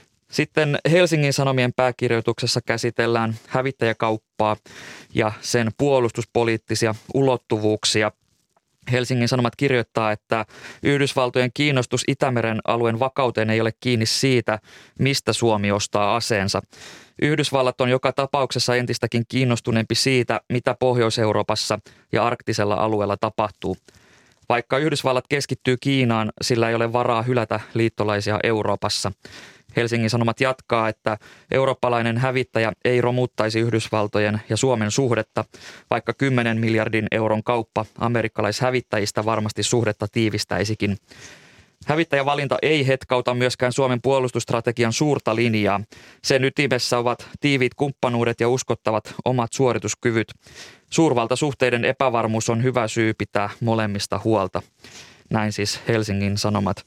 Sitten Helsingin Sanomien pääkirjoituksessa käsitellään hävittäjäkauppaa ja sen puolustuspoliittisia ulottuvuuksia. Helsingin Sanomat kirjoittaa, että Yhdysvaltojen kiinnostus Itämeren alueen vakauteen ei ole kiinni siitä, mistä Suomi ostaa aseensa. Yhdysvallat on joka tapauksessa entistäkin kiinnostuneempi siitä, mitä Pohjois-Euroopassa ja arktisella alueella tapahtuu. Vaikka Yhdysvallat keskittyy Kiinaan, sillä ei ole varaa hylätä liittolaisia Euroopassa. Helsingin Sanomat jatkaa, että eurooppalainen hävittäjä ei romuttaisi Yhdysvaltojen ja Suomen suhdetta, vaikka kymmenen miljardin euron kauppa amerikkalaishävittäjistä varmasti suhdetta tiivistäisikin. Hävittäjävalinta ei hetkauta myöskään Suomen puolustusstrategian suurta linjaa. Sen ytimessä ovat tiiviit kumppanuudet ja uskottavat omat suorituskyvyt. Suurvaltasuhteiden epävarmuus on hyvä syy pitää molemmista huolta. Näin siis Helsingin Sanomat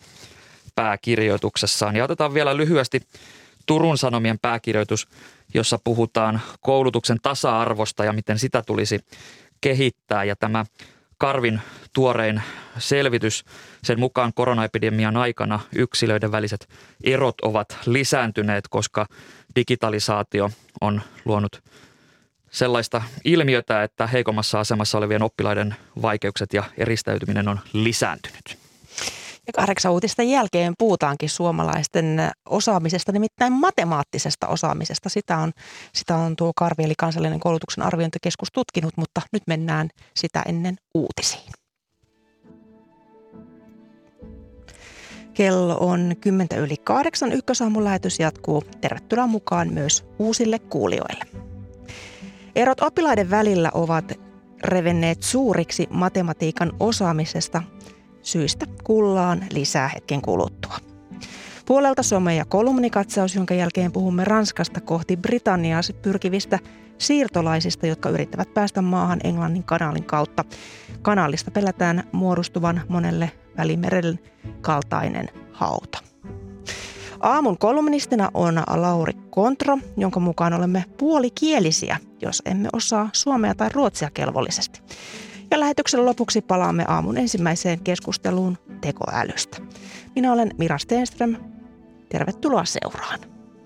pääkirjoituksessaan. Ja otetaan vielä lyhyesti Turun Sanomien pääkirjoitus, jossa puhutaan koulutuksen tasa-arvosta ja miten sitä tulisi kehittää. Ja tämä Karvin tuorein selvitys, sen mukaan koronaepidemian aikana yksilöiden väliset erot ovat lisääntyneet, koska digitalisaatio on luonut sellaista ilmiötä, että heikommassa asemassa olevien oppilaiden vaikeukset ja eristäytyminen on lisääntynyt. Ja kahdeksan uutista jälkeen puhutaankin suomalaisten osaamisesta, nimittäin matemaattisesta osaamisesta. Sitä on, sitä on tuo Karvi eli Kansallinen koulutuksen arviointikeskus tutkinut, mutta nyt mennään sitä ennen uutisiin. Kello on kymmentä yli kahdeksan. Ykkösaamun lähetys jatkuu. Tervetuloa mukaan myös uusille kuulijoille. Erot oppilaiden välillä ovat revenneet suuriksi matematiikan osaamisesta. Syistä kuullaan lisää hetken kuluttua. Puolelta some- ja kolumnikatsaus, jonka jälkeen puhumme Ranskasta kohti Britanniaa pyrkivistä siirtolaisista, jotka yrittävät päästä maahan Englannin kanaalin kautta. Kanaalista pelätään muodostuvan monelle Välimeren kaltainen hauta. Aamun kolumnistina on Lauri Kontro, jonka mukaan olemme puolikielisiä, jos emme osaa suomea tai ruotsia kelvollisesti. Ja lähetyksen lopuksi palaamme aamun ensimmäiseen keskusteluun tekoälystä. Minä olen Mira Stenström. Tervetuloa seuraan.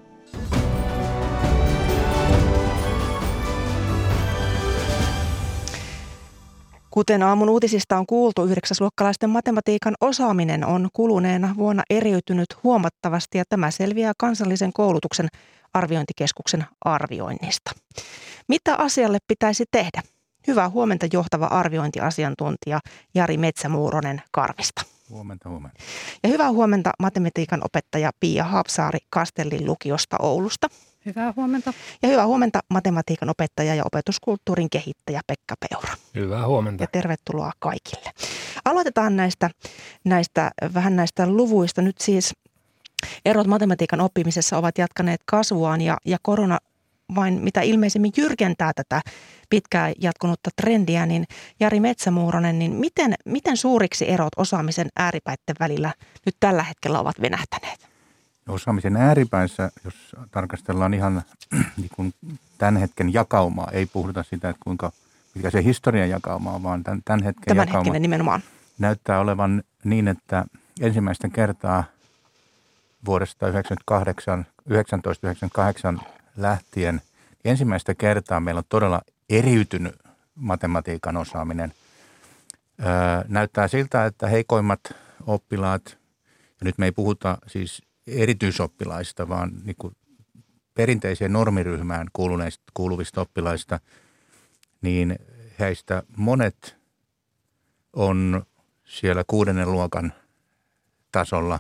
Kuten aamun uutisista on kuultu, yhdeksäsluokkalaisten matematiikan osaaminen on kuluneena vuonna eriytynyt huomattavasti ja tämä selviää kansallisen koulutuksen arviointikeskuksen arvioinnista. Mitä asialle pitäisi tehdä? Hyvää huomenta johtava arviointiasiantuntija Jari Metsämuuronen Karvista. Huomenta, huomenta. Ja hyvää huomenta matematiikan opettaja Pia Haapsaari Kastellin lukiosta Oulusta. Hyvää huomenta. Ja hyvää huomenta matematiikan opettaja ja opetuskulttuurin kehittäjä Pekka Peura. Hyvää huomenta. Ja tervetuloa kaikille. Aloitetaan näistä, näistä vähän näistä luvuista. Nyt siis erot matematiikan oppimisessa ovat jatkaneet kasvuaan ja, ja korona vain mitä ilmeisemmin jyrkentää tätä pitkään jatkunutta trendiä, niin Jari Metsämuuronen, niin miten, miten suuriksi erot osaamisen ääripäiden välillä nyt tällä hetkellä ovat venähtäneet? Osaamisen ääripäissä, jos tarkastellaan ihan niin kuin tämän hetken jakaumaa, ei puhuta sitä, että kuinka mikä se historian jakauma on, vaan tämän, tämän hetken tämän jakauma hetkinen nimenomaan näyttää olevan niin, että ensimmäistä kertaa vuodesta yhdeksänkymmentäkahdeksan, tuhatyhdeksänsataayhdeksänkymmentäkahdeksan lähtien ensimmäistä kertaa meillä on todella eriytynyt matematiikan osaaminen. Öö, näyttää siltä, että heikoimmat oppilaat, ja nyt me ei puhuta siis erityisoppilaista, vaan niin kuin perinteiseen normiryhmään kuuluvista oppilaista, niin heistä monet on siellä kuudennen luokan tasolla.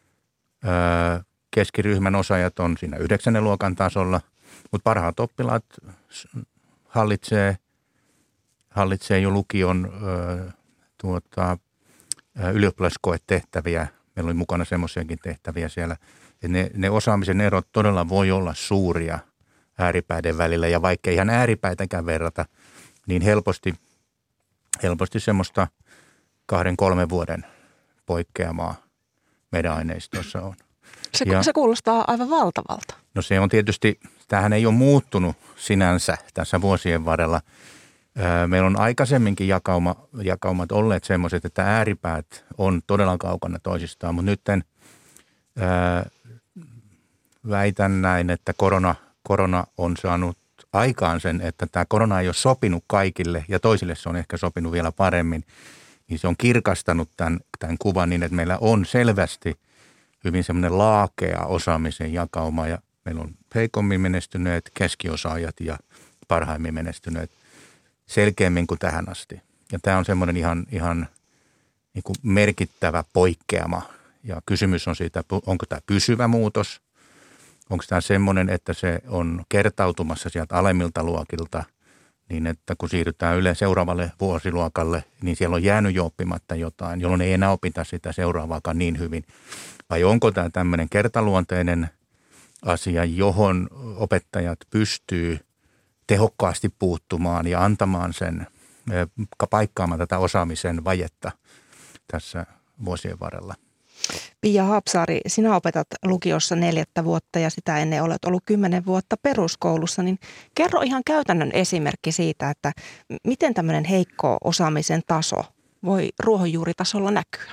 Öö, keskiryhmän osaajat on siinä yhdeksännen luokan tasolla, mutta parhaat oppilaat hallitsee, hallitsee jo lukion öö, tuota, ylioppilaskoetehtäviä. Meillä oli mukana semmoisiakin tehtäviä siellä. Ne, ne osaamisen erot todella voi olla suuria ääripäiden välillä ja vaikka ihan ääripäitäkään verrata, niin helposti, helposti semmoista kahden, kolmen vuoden poikkeamaa meidän aineistossa on. Se, ja, se kuulostaa aivan valtavalta. No se on tietysti, tämähän ei ole muuttunut sinänsä tässä vuosien varrella. Meillä on aikaisemminkin jakauma, jakaumat olleet semmoiset, että ääripäät on todella kaukana toisistaan, mutta nyt ää, väitän näin, että korona, korona on saanut aikaan sen, että tämä korona ei ole sopinut kaikille ja toisille se on ehkä sopinut vielä paremmin, niin se on kirkastanut tämän, tämän kuvan niin, että meillä on selvästi hyvin semmoinen laakea osaamisen jakauma ja meillä on heikommin menestyneet, keskiosaajat ja parhaimmin menestyneet selkeämmin kuin tähän asti. Ja tämä on semmoinen ihan, ihan niin kuin merkittävä poikkeama ja kysymys on siitä, onko tämä pysyvä muutos, onko tämä semmoinen, että se on kertautumassa sieltä alemmilta luokilta niin, että kun siirrytään yle seuraavalle vuosiluokalle, niin siellä on jäänyt jo oppimatta jotain, jolloin ei enää opita sitä seuraavaakaan niin hyvin. Vai onko tämä tämmöinen kertaluonteinen asia, johon opettajat pystyy tehokkaasti puuttumaan ja antamaan sen, paikkaamaan tätä osaamisen vajetta tässä vuosien varrella. Pia Haapsaari, sinä opetat lukiossa neljättä vuotta ja sitä ennen olet ollut kymmenen vuotta peruskoulussa, niin kerro ihan käytännön esimerkki siitä, että miten tämmöinen heikko osaamisen taso voi ruohonjuuritasolla näkyä?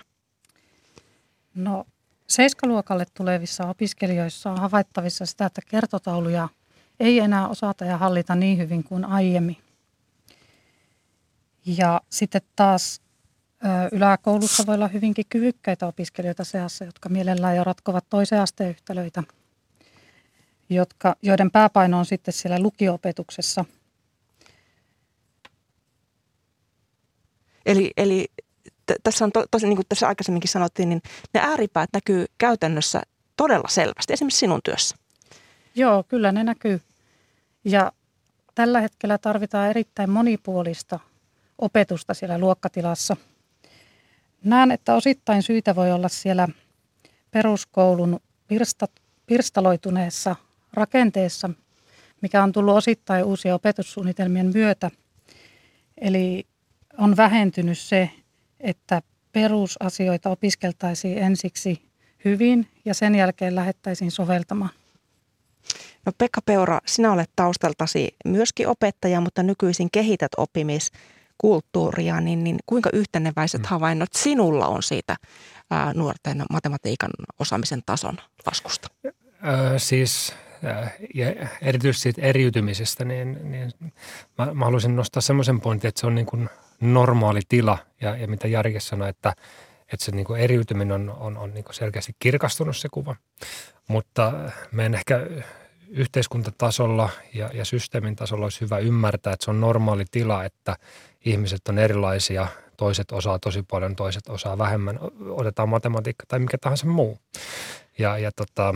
No seiskaluokalle tulevissa opiskelijoissa on havaittavissa sitä, että kertotauluja ei enää osata ja hallita niin hyvin kuin aiemmin. Ja sitten taas Yläkoulussa voi olla hyvinkin kyvykkäitä opiskelijoita seassa, jotka mielellään jo ratkovat toisen asteen yhtälöitä, jotka, joiden pääpaino on sitten siellä lukio-opetuksessa. Eli, eli t- tässä on to, tosi, niin kuin tässä aikaisemminkin sanottiin, niin ne ääripäät näkyy käytännössä todella selvästi, esimerkiksi sinun työssä. Joo, kyllä ne näkyy. Ja tällä hetkellä tarvitaan erittäin monipuolista opetusta siellä luokkatilassa. Näen, että osittain syitä voi olla siellä peruskoulun pirsta, pirstaloituneessa rakenteessa, mikä on tullut osittain uusien opetussuunnitelmien myötä. Eli on vähentynyt se, että perusasioita opiskeltaisiin ensiksi hyvin ja sen jälkeen lähdettäisiin soveltamaan. No Pekka Peura, sinä olet taustaltasi myöskin opettaja, mutta nykyisin kehität oppimiskulttuuria, niin, niin kuinka yhteneväiset mm. havainnot sinulla on siitä ää, nuorten matematiikan osaamisen tason laskusta? Ö, siis ja erityisesti siitä eriytymisestä, niin, niin mä, mä haluaisin nostaa semmoisen pointin, että se on niin kuin normaali tila ja, ja mitä Jari sanoi, että, että se niin kuin eriytyminen on, on, on niin kuin selkeästi kirkastunut se kuva, mutta meidän ehkä yhteiskuntatasolla ja, ja systeemin tasolla olisi hyvä ymmärtää, että se on normaali tila, että ihmiset on erilaisia, toiset osaa tosi paljon, toiset osaa vähemmän, otetaan matematiikka tai mikä tahansa muu. Ja, ja tota,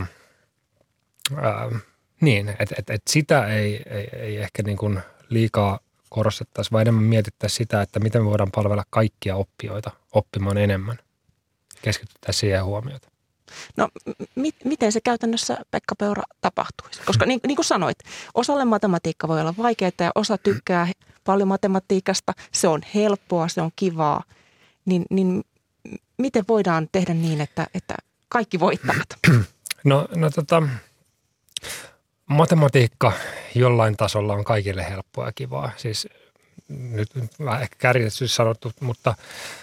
ää, niin, että et, et sitä ei, ei, ei ehkä niin kuin liikaa korostettaisiin, vaan enemmän mietittäisiin sitä, että miten me voidaan palvella kaikkia oppijoita oppimaan enemmän. Keskitytään siihen huomiota. No mi- miten se käytännössä, Pekka Peura, tapahtuisi? Koska niin, niin kuin sanoit, osalle matematiikka voi olla vaikeaa ja osa tykkää paljon matematiikasta. Se on helppoa, se on kivaa. Niin, niin miten voidaan tehdä niin, että, että kaikki voittavat? No, no tota, matematiikka jollain tasolla on kaikille helppoa ja kivaa. Siis nyt vähän ehkä kärjisesti sanottu, mutta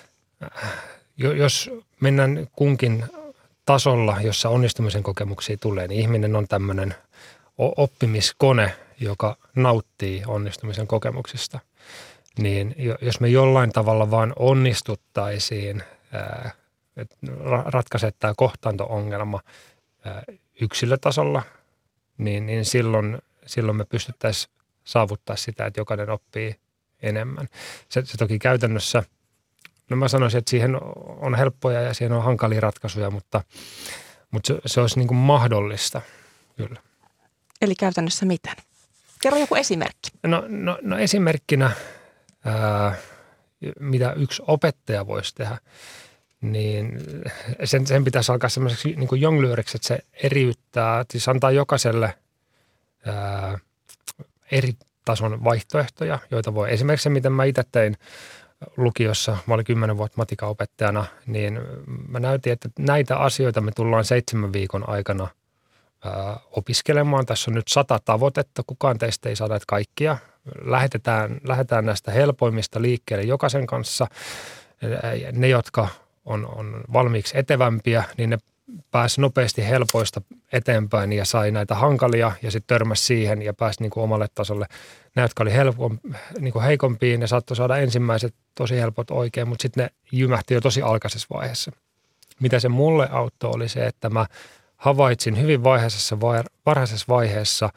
jos mennään kunkin tasolla, jossa onnistumisen kokemuksia tulee, niin ihminen on tämmöinen oppimiskone, joka nauttii onnistumisen kokemuksista. Niin jos me jollain tavalla vaan onnistuttaisiin ää, ratkaise tämä kohtaanto-ongelma ää, yksilötasolla, niin, niin silloin, silloin me pystyttäisiin saavuttaa sitä, että jokainen oppii enemmän. Se, se toki käytännössä, no mä sanoisin, että siihen on helppoja ja siihen on hankalia ratkaisuja, mutta, mutta se, se olisi niin kuin mahdollista, kyllä. Eli käytännössä miten? Kerro joku esimerkki. No, no, no esimerkkinä, ää, mitä yksi opettaja voisi tehdä, niin sen, sen pitäisi alkaa semmoiseksi niin kuin jonglööriksi, että se eriyttää, siis antaa jokaiselle ää, eri tason vaihtoehtoja, joita voi. Esimerkiksi se, miten mä itse tein lukiossa, mä olin kymmenen vuotta matikan opettajana, niin mä näytin, että näitä asioita me tullaan seitsemän viikon aikana ää, opiskelemaan. Tässä on nyt sata tavoitetta, kukaan teistä ei saa näitä kaikkia. Lähetetään, lähdetään näistä helpoimmista liikkeelle jokaisen kanssa. Ne, jotka on, on valmiiksi etevämpiä, niin ne pääsi nopeasti helpoista eteenpäin ja sai näitä hankalia ja sitten törmäsi siihen ja pääsi niin kuin omalle tasolle. Nämä, jotka oli helpom, niin kuin heikompiin, ne saattoi saada ensimmäiset tosi helpot oikein, mutta sitten ne jymähti jo tosi alkaisessa vaiheessa. Mitä se mulle auttoi oli se, että mä havaitsin hyvin vaiheessa, varhaisessa vaiheessa,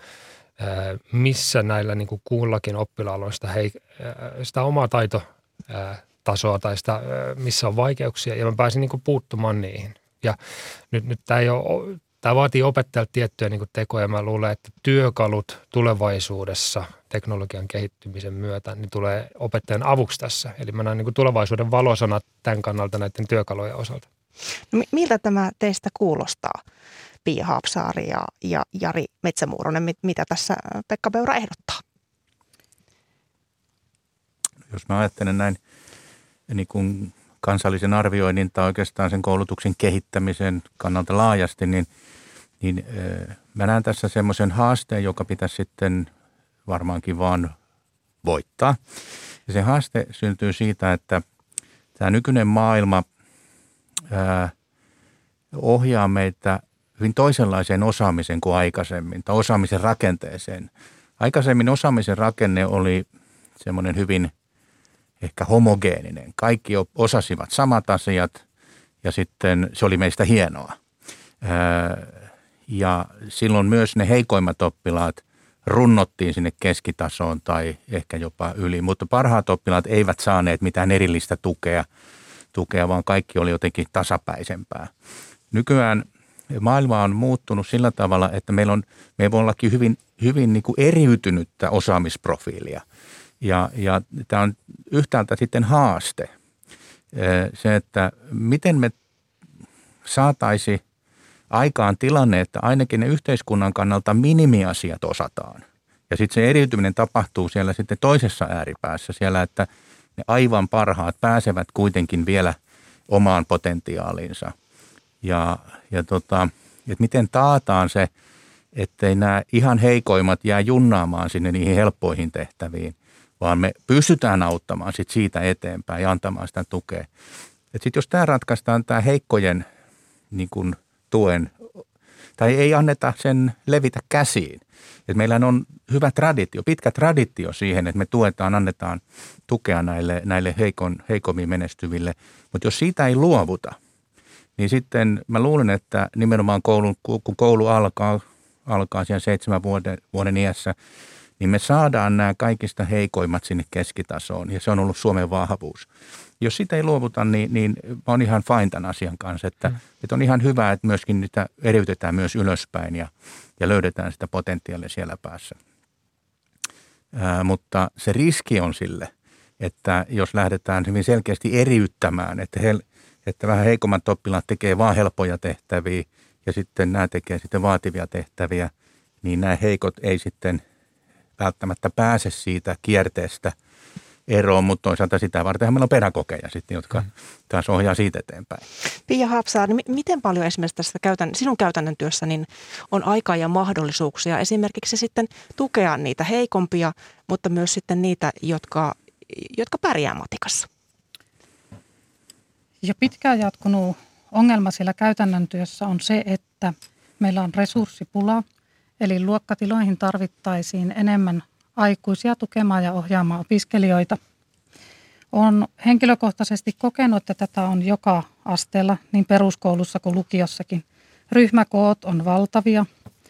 missä näillä niin kuin kullakin oppilaalla on sitä, hei, sitä omaa taitotasoa tai sitä, missä on vaikeuksia ja mä pääsin niin kuin puuttumaan niihin. Ja nyt, nyt tämä, ei ole, tämä vaatii opettajalta tiettyjä niin kuin tekoja. Mä luulen, että työkalut tulevaisuudessa teknologian kehittymisen myötä niin tulee opettajan avuksi tässä. Eli mä näen niin kuin tulevaisuuden valosanat tämän kannalta näiden työkalujen osalta. No, miltä tämä teistä kuulostaa, Pia Haapsaari ja, ja Jari Metsämuuronen? Mitä tässä Pekka Peura ehdottaa? Jos mä ajattelen näin niin kuin kansallisen arvioinnin tai oikeastaan sen koulutuksen kehittämisen kannalta laajasti, niin, niin mä näen tässä semmoisen haasteen, joka pitäisi sitten varmaankin vaan voittaa. Ja se haaste syntyy siitä, että tämä nykyinen maailma ää, ohjaa meitä hyvin toisenlaiseen osaamiseen kuin aikaisemmin, tai osaamisen rakenteeseen. Aikaisemmin osaamisen rakenne oli semmoinen hyvin ehkä homogeeninen. Kaikki osasivat samat asiat ja sitten se oli meistä hienoa. Ja silloin myös ne heikoimmat oppilaat runnottiin sinne keskitasoon tai ehkä jopa yli, mutta parhaat oppilaat eivät saaneet mitään erillistä tukea, tukea vaan kaikki oli jotenkin tasapäisempää. Nykyään maailma on muuttunut sillä tavalla, että meillä on, me voi ollakin hyvin, hyvin niin kuin eriytynyttä osaamisprofiilia. Ja, ja tämä on yhtäältä sitten haaste. Se, että miten me saataisiin aikaan tilanne, että ainakin ne yhteiskunnan kannalta minimiasiat osataan. Ja sitten se eriytyminen tapahtuu siellä sitten toisessa ääripäässä siellä, että ne aivan parhaat pääsevät kuitenkin vielä omaan potentiaaliinsa. Ja, ja tota, että miten taataan se, ettei nämä ihan heikoimmat jää junnaamaan sinne niihin helppoihin tehtäviin, vaan me pystytään auttamaan sit siitä eteenpäin ja antamaan sitä tukea. Että sitten jos tämä ratkaistaan tämä heikkojen niin kun, tuen, tai ei anneta sen levitä käsiin. Et meillä on hyvä traditio, pitkä traditio siihen, että me tuetaan, annetaan tukea näille, näille heikon, heikommin menestyville. Mutta jos siitä ei luovuta, niin sitten mä luulen, että nimenomaan koulun, kun koulu alkaa, alkaa siellä seitsemän vuoden, vuoden iässä, niin me saadaan nämä kaikista heikoimmat sinne keskitasoon, ja se on ollut Suomen vahvuus. Jos sitä ei luovuta, niin, niin mä oon ihan fine tämän asian kanssa, että, mm. että on ihan hyvä, että myöskin niitä eriytetään myös ylöspäin ja, ja löydetään sitä potentiaalia siellä päässä. Ää, mutta se riski on sille, että jos lähdetään hyvin selkeästi eriyttämään, että, he, että vähän heikommat oppilaat tekee vaan helppoja tehtäviä ja sitten nämä tekee sitten vaativia tehtäviä, niin nämä heikot ei sitten välttämättä pääse siitä kierteestä eroon, mutta toisaalta sitä varten meillä on pedagogeja sitten, jotka taas ohjaa siitä eteenpäin. Pia Haapsaari, niin miten paljon esimerkiksi tässä käytän, sinun käytännön työssä niin on aikaa ja mahdollisuuksia esimerkiksi sitten tukea niitä heikompia, mutta myös sitten niitä, jotka, jotka pärjää matikassa? Ja pitkään jatkunut ongelma siellä käytännön työssä on se, että meillä on resurssipula, eli luokkatiloihin tarvittaisiin enemmän aikuisia tukemaan ja ohjaamaan opiskelijoita. Olen henkilökohtaisesti kokenut, että tätä on joka asteella, niin peruskoulussa kuin lukiossakin. Ryhmäkoot on valtavia.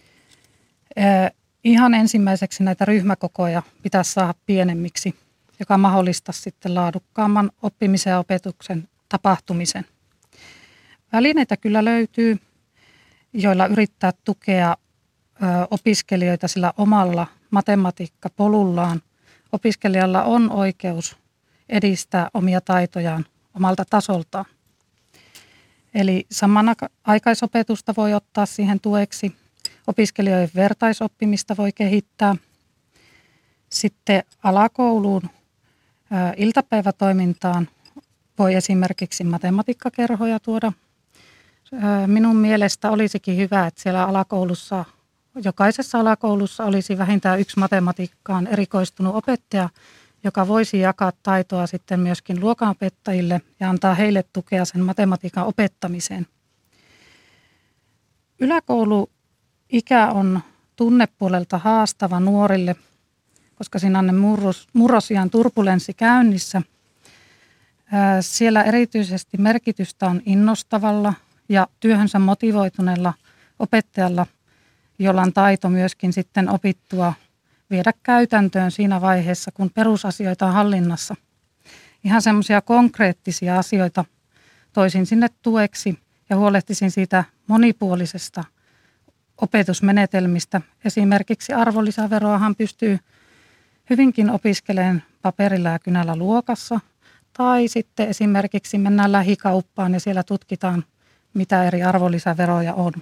Ihan ensimmäiseksi näitä ryhmäkokoja pitäisi saada pienemmiksi, joka mahdollistaisi sitten laadukkaamman oppimisen ja opetuksen tapahtumisen. Välineitä kyllä löytyy, joilla yrittää tukea opiskelijoita sillä omalla matematiikkapolullaan. Opiskelijalla on oikeus edistää omia taitojaan omalta tasoltaan. Eli samanaikaisopetusta voi ottaa siihen tueksi. Opiskelijoiden vertaisoppimista voi kehittää. Sitten alakouluun ää, iltapäivätoimintaan voi esimerkiksi matematiikkakerhoja tuoda. Ää, minun mielestä olisikin hyvä, että siellä alakoulussa jokaisessa alakoulussa olisi vähintään yksi matematiikkaan erikoistunut opettaja, joka voisi jakaa taitoa sitten myöskin luokanopettajille ja antaa heille tukea sen matematiikan opettamiseen. Yläkouluikä on tunnepuolelta haastava nuorille, koska siinä on ne murros, murrosian turbulenssi käynnissä. Siellä erityisesti merkitystä on innostavalla ja työhönsä motivoituneella opettajalla, jolla on taito myöskin sitten opittua viedä käytäntöön siinä vaiheessa, kun perusasioita on hallinnassa. Ihan semmoisia konkreettisia asioita toisin sinne tueksi ja huolehtisin siitä monipuolisesta opetusmenetelmistä. Esimerkiksi arvonlisäveroahan pystyy hyvinkin opiskelemaan paperilla ja kynällä luokassa. Tai sitten esimerkiksi mennään lähikauppaan ja siellä tutkitaan, mitä eri arvonlisäveroja on.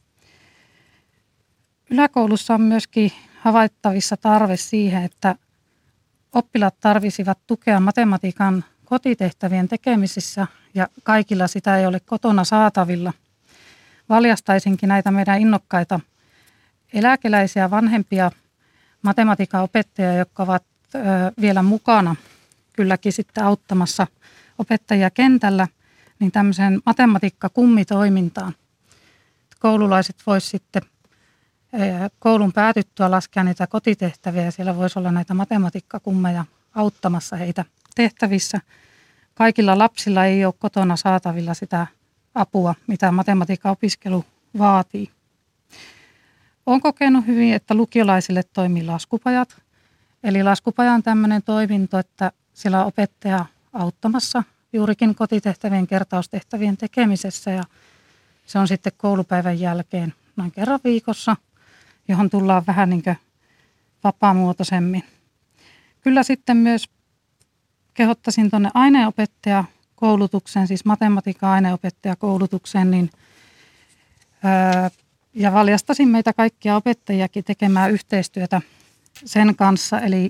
Yläkoulussa on myöskin havaittavissa tarve siihen, että oppilaat tarvisivat tukea matematiikan kotitehtävien tekemisissä ja kaikilla sitä ei ole kotona saatavilla. Valjastaisinkin näitä meidän innokkaita eläkeläisiä vanhempia matematiikan opettajia, jotka ovat ö, vielä mukana kylläkin sitten auttamassa opettajia kentällä, niin tämmöiseen matematiikkakummitoimintaan. Koululaiset voisivat sitten koulun päätyttyä laskea niitä kotitehtäviä ja siellä voisi olla näitä matematiikkakummeja auttamassa heitä tehtävissä. Kaikilla lapsilla ei ole kotona saatavilla sitä apua, mitä matematiikan opiskelu vaatii. Olen kokenut hyvin, että lukiolaisille toimii laskupajat. Eli laskupaja on tämmöinen toiminto, että siellä on opettaja auttamassa juurikin kotitehtävien kertaustehtävien tekemisessä. Ja se on sitten koulupäivän jälkeen noin kerran viikossa, johon tullaan vähän niin kuin vapaamuotoisemmin. Kyllä sitten myös kehottaisin tuonne aineenopettajakoulutukseen, siis matematiikan aineenopettajakoulutukseen, niin, ää, ja valjastasin meitä kaikkia opettajiakin tekemään yhteistyötä sen kanssa. Eli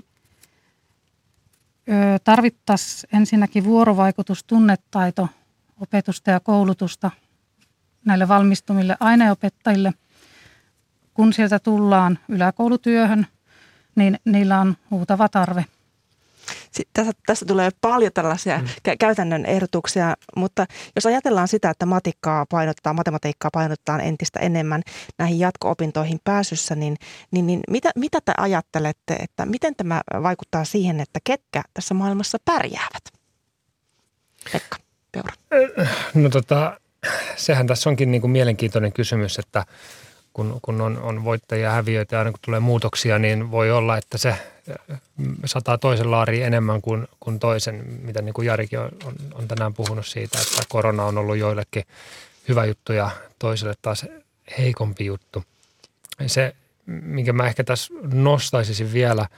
ö, tarvittaisiin ensinnäkin vuorovaikutus, tunnetaito, opetusta ja koulutusta näille valmistumille aineopettajille. Kun sieltä tullaan yläkoulutyöhön, niin niillä on huutava tarve. Tässä, tässä tulee paljon tällaisia mm. käytännön ehdotuksia, mutta jos ajatellaan sitä, että matikkaa painotetaan, matematiikkaa painotetaan entistä enemmän näihin jatko-opintoihin pääsyssä, niin, niin, niin mitä, mitä te ajattelette, että miten tämä vaikuttaa siihen, että ketkä tässä maailmassa pärjäävät? Pekka Peura. No tota, sehän tässä onkin niin kuin mielenkiintoinen kysymys, että kun, kun on, on voittajia ja häviöitä ja aina kun tulee muutoksia, niin voi olla, että se sataa toisen laariin enemmän kuin, kuin toisen, mitä niin kuin Jarikin on, on, on tänään puhunut siitä, että korona on ollut joillekin hyvä juttu ja toiselle taas heikompi juttu. Se, minkä mä ehkä tässä nostaisin vielä,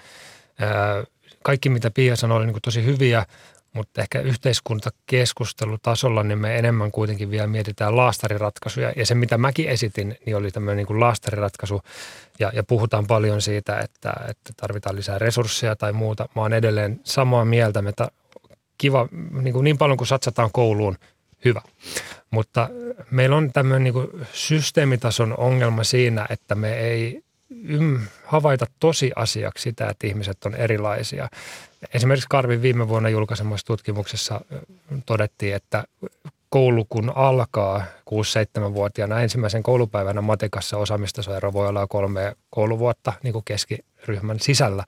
kaikki mitä Pia sanoi oli niin kuin tosi hyviä, mutta ehkä yhteiskuntakeskustelutasolla niin me enemmän kuitenkin vielä mietitään laastariratkaisuja. Ja se, mitä mäkin esitin, niin oli tämmöinen niin kuin laastariratkaisu. Ja, ja puhutaan paljon siitä, että, että tarvitaan lisää resursseja tai muuta. Mä oon edelleen samaa mieltä, että kiva, niin, kuin niin paljon kuin satsataan kouluun, hyvä. Mutta meillä on tämmöinen niin kuin systeemitason ongelma siinä, että me ei ym, havaita tosiasiaksi sitä, että ihmiset on erilaisia. Esimerkiksi Karvin viime vuonna julkaisemassa tutkimuksessa todettiin, että koulu kun alkaa kuusi-seitsemänvuotiaana ensimmäisen koulupäivänä matikassa osaamistasoero voi olla kolme kouluvuotta niin kuin keskiryhmän sisällä,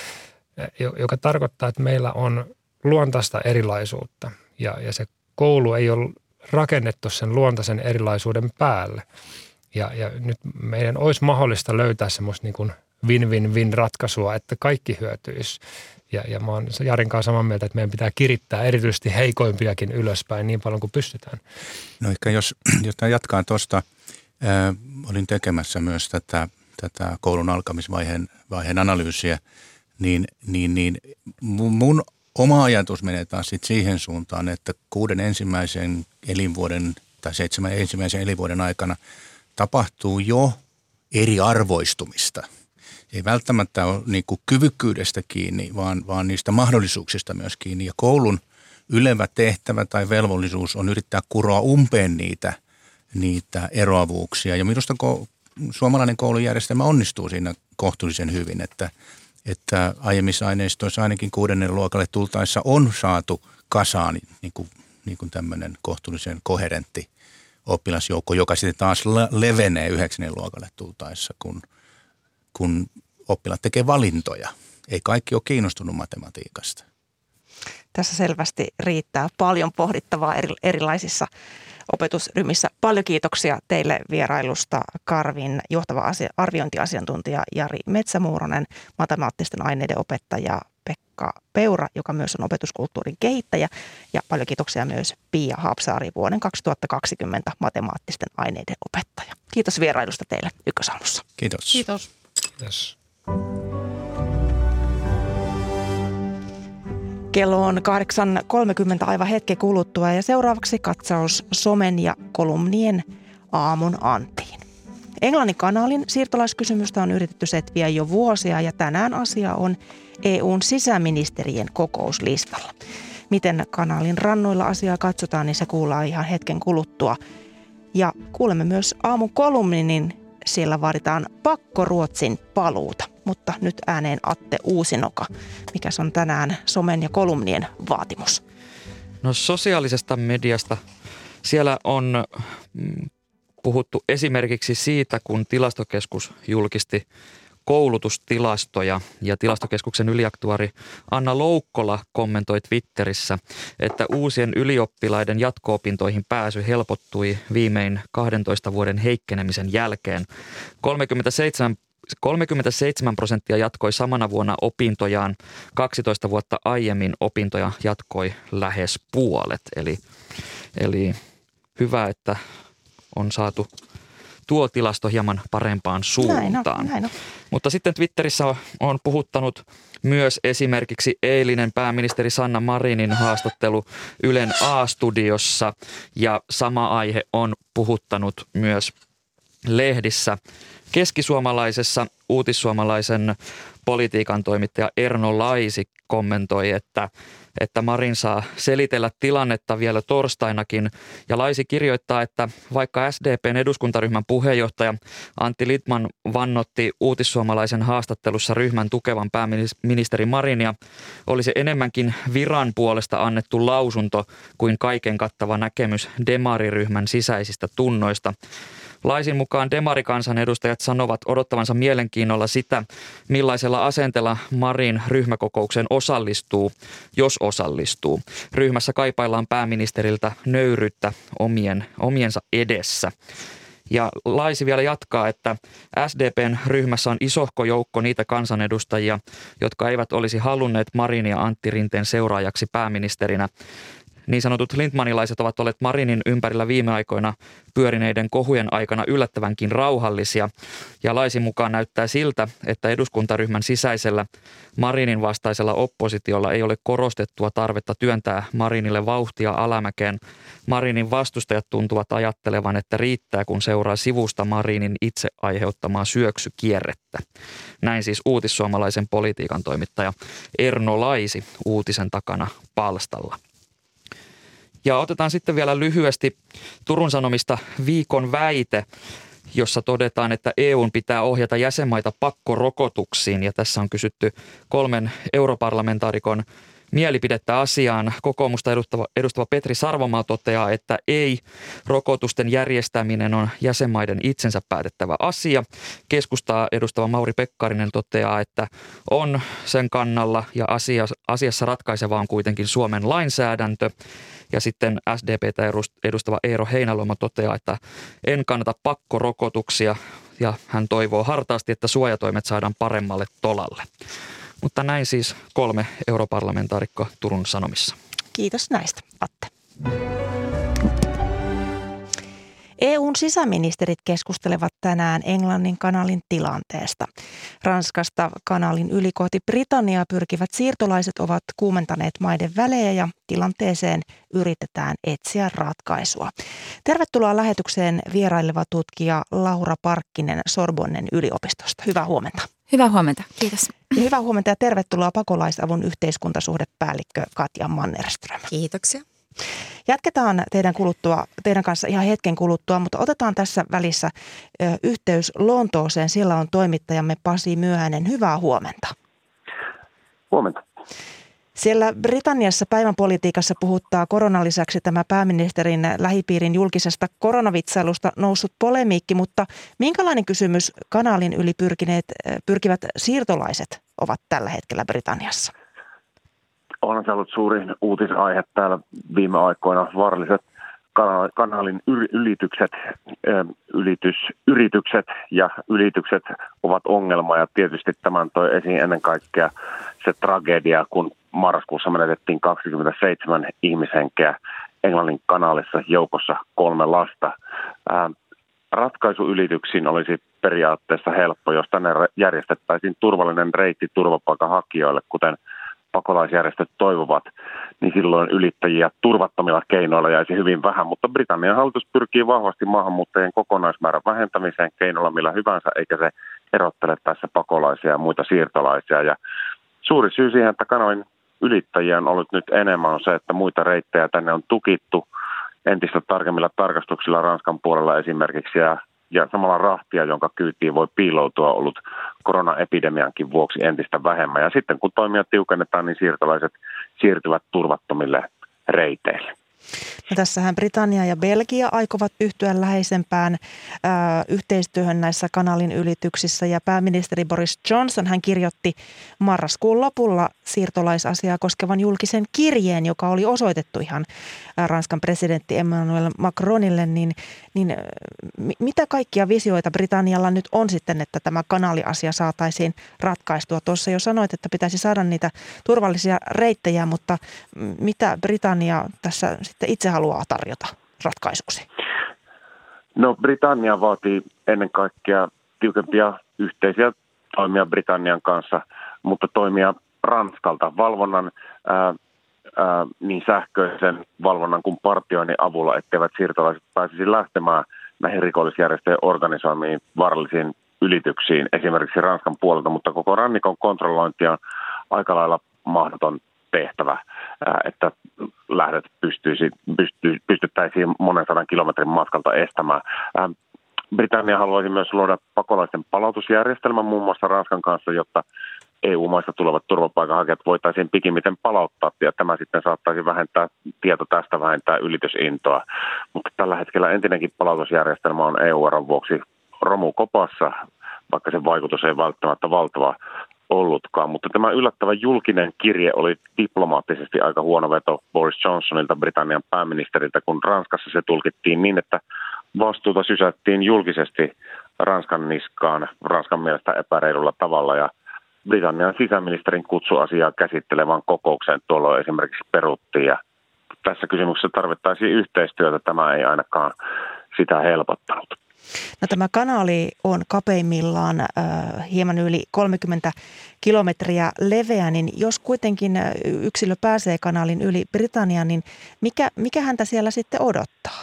joka tarkoittaa, että meillä on luontaista erilaisuutta ja, ja se koulu ei ole rakennettu sen luontaisen erilaisuuden päälle. Ja, ja nyt meidän olisi mahdollista löytää semmoista niin kuin win-win-win ratkaisua, että kaikki hyötyisi. Ja, ja mä oon Jarin kanssa samaa mieltä, että meidän pitää kirittää erityisesti heikoimpiakin ylöspäin niin paljon kuin pystytään. No ehkä jos, jos jatkaa tuosta, äh, olin tekemässä myös tätä, tätä koulun alkamisvaiheen vaiheen analyysiä, niin, niin, niin mun oma ajatus menee taas sit siihen suuntaan, että kuuden ensimmäisen elinvuoden tai seitsemän ensimmäisen elinvuoden aikana tapahtuu jo eriarvoistumista. Ei välttämättä ole niin kuin kyvykkyydestä kiinni, vaan, vaan niistä mahdollisuuksista myös kiinni. Ja koulun ylevä tehtävä tai velvollisuus on yrittää kuroa umpeen niitä, niitä eroavuuksia. Ja minusta ko- suomalainen koulujärjestelmä onnistuu siinä kohtuullisen hyvin, että, että aiemmissa aineistoissa ainakin kuudennen luokalle tultaessa on saatu kasaan niin kuin, niin kuin tämmöinen kohtuullisen koherentti oppilasjoukko, joka sitten taas levenee yhdeksännen luokalle tultaessa, kun kun oppilaat tekee valintoja. Ei kaikki ole kiinnostunut matematiikasta. Tässä selvästi riittää paljon pohdittavaa erilaisissa opetusryhmissä. Paljon kiitoksia teille vierailusta, Karvin johtava asia, arviointiasiantuntija Jari Metsämuuronen, matemaattisten aineiden opettaja Pekka Peura, joka myös on opetuskulttuurin kehittäjä. Ja paljon kiitoksia myös Pia Haapsaari, vuoden kaksituhattakaksikymmentä matemaattisten aineiden opettaja. Kiitos vierailusta teille Ykkösaamussa. Kiitos. Kiitos. Yes. Kello on kahdeksan kolmekymmentä aivan hetken kuluttua ja seuraavaksi katsaus somen ja kolumnien aamun antiin. Englannin kanaalin siirtolaiskysymystä on yritetty setviä jo vuosia ja tänään asia on E U:n sisäministerien kokouslistalla. Miten kanaalin rannoilla asiaa katsotaan, niin se kuullaan ihan hetken kuluttua. Ja kuulemme myös aamun kolumnin, niin siellä vaaditaan pakkoruotsin paluuta, mutta nyt ääneen Atte Uusinoka. Mikäs on tänään somen ja kolumnien vaatimus? No sosiaalisesta mediasta siellä on puhuttu esimerkiksi siitä, kun Tilastokeskus julkisti koulutustilastoja ja Tilastokeskuksen yliaktuari Anna Loukkola kommentoi Twitterissä, että uusien ylioppilaiden jatko-opintoihin pääsy helpottui viimein kahdentoista vuoden heikkenemisen jälkeen. kolmekymmentäseitsemän kolmekymmentäseitsemän prosenttia jatkoi samana vuonna opintojaan, kaksitoista vuotta aiemmin opintoja jatkoi lähes puolet. Eli, eli hyvä, että on saatu tuo tilasto hieman parempaan suuntaan. Näin on, näin on. Mutta sitten Twitterissä on puhuttanut myös esimerkiksi eilinen pääministeri Sanna Marinin haastattelu Ylen A-studiossa ja sama aihe on puhuttanut myös lehdissä. Keskisuomalaisessa uutissuomalaisen politiikan toimittaja Erno Laisi kommentoi, että, että Marin saa selitellä tilannetta vielä torstainakin. Ja Laisi kirjoittaa, että vaikka S D P:n eduskuntaryhmän puheenjohtaja Antti Lindtman vannotti uutissuomalaisen haastattelussa ryhmän tukevan pääministeri Marinia, olisi enemmänkin viran puolesta annettu lausunto kuin kaiken kattava näkemys demariryhmän sisäisistä tunnoista. Laisin mukaan demarikansanedustajat sanovat odottavansa mielenkiinnolla sitä, millaisella asenteella Marin ryhmäkokoukseen osallistuu, jos osallistuu. Ryhmässä kaipaillaan pääministeriltä nöyryyttä omien, omiensa edessä. Ja Laisi vielä jatkaa, että S D P:n ryhmässä on isohko joukko niitä kansanedustajia, jotka eivät olisi halunneet Marin ja Antti Rinteen seuraajaksi pääministerinä. Niin sanotut lindtmanilaiset ovat olleet Marinin ympärillä viime aikoina pyörineiden kohujen aikana yllättävänkin rauhallisia. Ja Laisin mukaan näyttää siltä, että eduskuntaryhmän sisäisellä Marinin vastaisella oppositiolla ei ole korostettua tarvetta työntää Marinille vauhtia alamäkeen. Marinin vastustajat tuntuvat ajattelevan, että riittää, kun seuraa sivusta Marinin itse aiheuttamaa syöksykierrettä. Näin siis uutissuomalaisen politiikan toimittaja Erno Laisi uutisen takana palstalla. Ja otetaan sitten vielä lyhyesti Turun Sanomista viikon väite, jossa todetaan, että E U:n pitää ohjata jäsenmaita pakkorokotuksiin. Ja tässä on kysytty kolmen europarlamentaarikon mielipidettä asiaan. Kokoomusta edustava, edustava Petri Sarvomaa toteaa, että ei, rokotusten järjestäminen on jäsenmaiden itsensä päätettävä asia. Keskustaa edustava Mauri Pekkarinen toteaa, että on sen kannalla ja asia, asiassa ratkaiseva on kuitenkin Suomen lainsäädäntö. Ja sitten S D P:tä edustava Eero Heinäluoma toteaa, että en kannata pakkorokotuksia ja hän toivoo hartaasti, että suojatoimet saadaan paremmalle tolalle. Mutta näin siis kolme europarlamentaarikkoa Turun Sanomissa. Kiitos näistä, Atte. E U:n sisäministerit keskustelevat tänään Englannin kanaalin tilanteesta. Ranskasta kanaalin yli kohti Britanniaa pyrkivät siirtolaiset ovat kuumentaneet maiden välejä ja tilanteeseen yritetään etsiä ratkaisua. Tervetuloa lähetykseen vieraileva tutkija Laura Parkkinen Sorbonnen yliopistosta. Hyvää huomenta. Hyvää huomenta, kiitos. Ja hyvää huomenta ja tervetuloa Pakolaisavun yhteiskuntasuhdepäällikkö Katja Mannerström. Kiitoksia. Jatketaan teidän, kuluttua, teidän kanssa ihan hetken kuluttua, mutta otetaan tässä välissä ö, yhteys Lontooseen. Siellä on toimittajamme Pasi Myöhänen. Hyvää huomenta. Huomenta. Siellä Britanniassa päivän politiikassa puhuttaa koronan lisäksi tämä pääministerin lähipiirin julkisesta koronavitsailusta noussut polemiikki, mutta minkälainen kysymys kanaalin yli pyrkineet, pyrkivät siirtolaiset ovat tällä hetkellä Britanniassa? Onhan se ollut suurin uutisaihe täällä viime aikoina. Vaaralliset kanaalin ylitykset, ylitysyritykset ja ylitykset ovat ongelma. Ja tietysti tämän toi esiin ennen kaikkea se tragedia, kun marraskuussa menetettiin kaksikymmentäseitsemän ihmishenkeä Englannin kanaalissa, joukossa kolme lasta. Ratkaisu ylityksiin olisi periaatteessa helppo, jos tänne järjestettäisiin turvallinen reitti turvapaikanhakijoille, kuten pakolaisjärjestöt toivovat, niin silloin ylittäjiä turvattomilla keinoilla jäisi hyvin vähän. Mutta Britannian hallitus pyrkii vahvasti maahanmuuttajien kokonaismäärän vähentämiseen keinolla millä hyvänsä, eikä se erottele tässä pakolaisia ja muita siirtolaisia. Ja suuri syy siihen, että kanalin ylittäjiä on ollut nyt enemmän, on se, että muita reittejä tänne on tukittu entistä tarkemmilla tarkastuksilla Ranskan puolella esimerkiksi, ja Ja samalla rahtia, jonka kyytiin voi piiloutua, on ollut koronaepidemiankin vuoksi entistä vähemmän. Ja sitten kun toimia tiukennetaan, niin siirtolaiset siirtyvät turvattomille reiteille. No tässähän Britannia ja Belgia aikovat yhtyä läheisempään ö, yhteistyöhön näissä kanalin ylityksissä ja pääministeri Boris Johnson hän kirjoitti marraskuun lopulla siirtolaisasiaa koskevan julkisen kirjeen, joka oli osoitettu ihan Ranskan presidentti Emmanuel Macronille, niin, niin mitä kaikkia visioita Britannialla nyt on sitten, että tämä kanaliasia saataisiin ratkaistua? Tuossa jo sanoit, että pitäisi saada niitä turvallisia reittejä, mutta mitä Britannia tässä sitten itse haluaa tarjota ratkaisuksi? No Britannia vaatii ennen kaikkea tiukempia yhteisiä toimia Britannian kanssa, mutta toimia Ranskalta valvonnan, ää, ää, niin sähköisen valvonnan kuin partioinnin avulla, etteivät siirtolaiset pääsisi lähtemään näihin rikollisjärjestöjen organisoimiin vaarallisiin ylityksiin esimerkiksi Ranskan puolelta, mutta koko rannikon kontrollointi on aika lailla mahdoton tehtävä, että lähdöt pystyisi, pysty, pystyttäisiin monen sadan kilometrin matkalta estämään. Britannia haluaisi myös luoda pakolaisten palautusjärjestelmän muun muassa Ranskan kanssa, jotta E U-maista tulevat turvapaikanhakijat voitaisiin pikimmiten palauttaa, ja tämä sitten saattaisi vähentää, tieto tästä vähentää ylitysintoa. Mutta tällä hetkellä entinenkin palautusjärjestelmä on E U-eron vuoksi romukopassa, vaikka sen vaikutus ei välttämättä valtava ollutkaan. Mutta tämä yllättävä julkinen kirje oli diplomaattisesti aika huono veto Boris Johnsonilta, Britannian pääministeriltä, kun Ranskassa se tulkittiin niin, että vastuuta sysättiin julkisesti Ranskan niskaan, Ranskan mielestä epäreilulla tavalla, ja Britannian sisäministerin kutsuasiaa käsittelevään kokoukseen tuolloin esimerkiksi peruttiin, ja tässä kysymyksessä tarvittaisiin yhteistyötä, tämä ei ainakaan sitä helpottanut. No, tämä kanali on kapeimmillaan äh, hieman yli kolmekymmentä kilometriä leveä, niin jos kuitenkin yksilö pääsee kanalin yli Britanniaan, niin mikä, mikä häntä siellä sitten odottaa?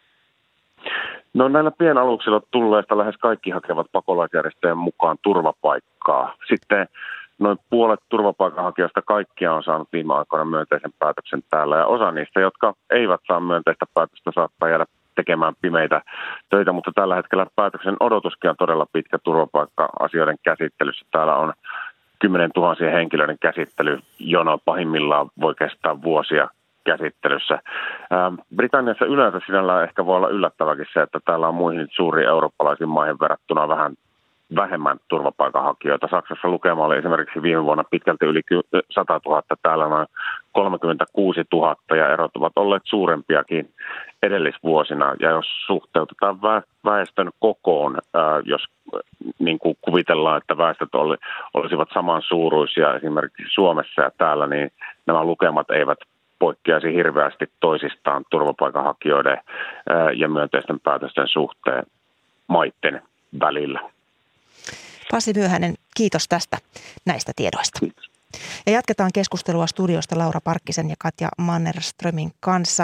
No näillä pienaluksilla tulleista lähes kaikki hakevat pakolaisjärjestöjen mukaan turvapaikkaa. Sitten noin puolet turvapaikanhakijoista kaikkia on saanut viime aikoina myönteisen päätöksen täällä, ja osa niistä, jotka eivät saa myönteistä päätöstä, saattaa jäädä tekemään pimeitä töitä, mutta tällä hetkellä päätöksen odotuskin on todella pitkä turvapaikka-asioiden käsittelyssä. Täällä on kymmenen tuhansien henkilöiden käsittely, jona pahimmillaan voi kestää vuosia käsittelyssä. Britanniassa yleensä sinällään ehkä voi olla yllättäväkin se, että täällä on muihin suuriin eurooppalaisiin maihin verrattuna vähän vähemmän turvapaikanhakijoita. Saksassa lukema oli esimerkiksi viime vuonna pitkälti yli sata tuhatta, täällä noin kolmekymmentäkuusi tuhatta, ja erot ovat olleet suurempiakin edellisvuosina. Ja jos suhteutetaan väestön kokoon, jos niin kuin kuvitellaan, että väestöt olisivat samansuuruisia esimerkiksi Suomessa ja täällä, niin nämä lukemat eivät poikkeaisi hirveästi toisistaan turvapaikanhakijoiden ja myönteisten päätösten suhteen maitten välillä. Pasi Myöhänen, kiitos tästä näistä tiedoista. Kiitos. Ja jatketaan keskustelua studiosta Laura Parkkisen ja Katja Mannerströmin kanssa.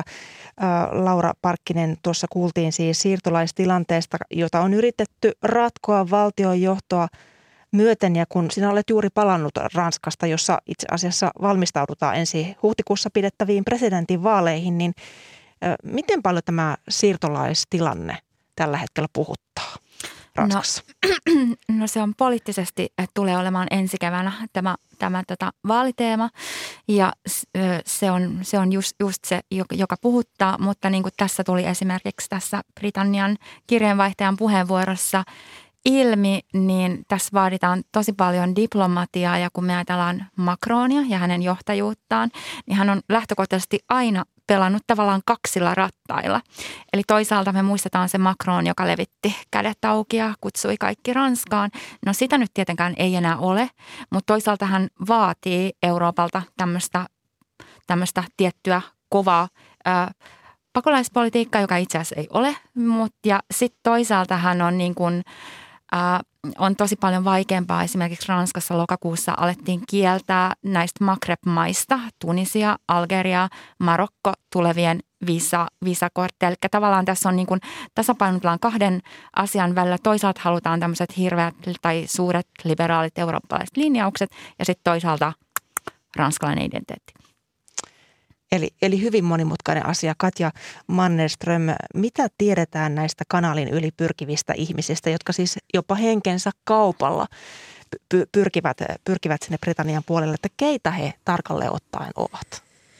Laura Parkkinen, tuossa kuultiin siis siirtolaistilanteesta, jota on yritetty ratkoa valtionjohtoa myöten, ja kun sinä olet juuri palannut Ranskasta, jossa itse asiassa valmistaudutaan ensi huhtikuussa pidettäviin presidentinvaaleihin, niin miten paljon tämä siirtolaistilanne tällä hetkellä puhuttaa Ranskassa? No, no se on poliittisesti, että tulee olemaan ensi keväänä tämä, tämä tota, vaaliteema, ja se on, se on just, just se, joka puhuttaa, mutta niin kuin tässä tuli esimerkiksi tässä Britannian kirjeenvaihtajan puheenvuorossa ilmi, niin tässä vaaditaan tosi paljon diplomatiaa, ja kun me ajatellaan Macronia ja hänen johtajuuttaan, niin hän on lähtökohtaisesti aina pelannut tavallaan kaksilla rattailla. Eli toisaalta me muistetaan se Macron, joka levitti kädet auki ja kutsui kaikki Ranskaan. No sitä nyt tietenkään ei enää ole, mutta toisaalta hän vaatii Euroopalta tämmöistä, tämmöistä tiettyä kovaa ää, pakolaispolitiikkaa, joka itse asiassa ei ole. Mut, ja sitten toisaalta hän on niin kuin Äh, on tosi paljon vaikeampaa. Esimerkiksi Ranskassa lokakuussa alettiin kieltää näistä Maghreb-maista, Tunisia, Algeria, Marokko tulevien visa, visakortteja. Eli tavallaan tässä on niin kuin tasapainotellaan kahden asian välillä. Toisaalta halutaan tämmöiset hirveät tai suuret liberaalit eurooppalaiset linjaukset, ja sitten toisaalta ranskalainen identiteetti. Eli, eli hyvin monimutkainen asia. Katja Mannerström, mitä tiedetään näistä kanalin yli pyrkivistä ihmisistä, jotka siis jopa henkensä kaupalla py- pyrkivät, pyrkivät sinne Britannian puolelle, että keitä he tarkalleen ottaen ovat?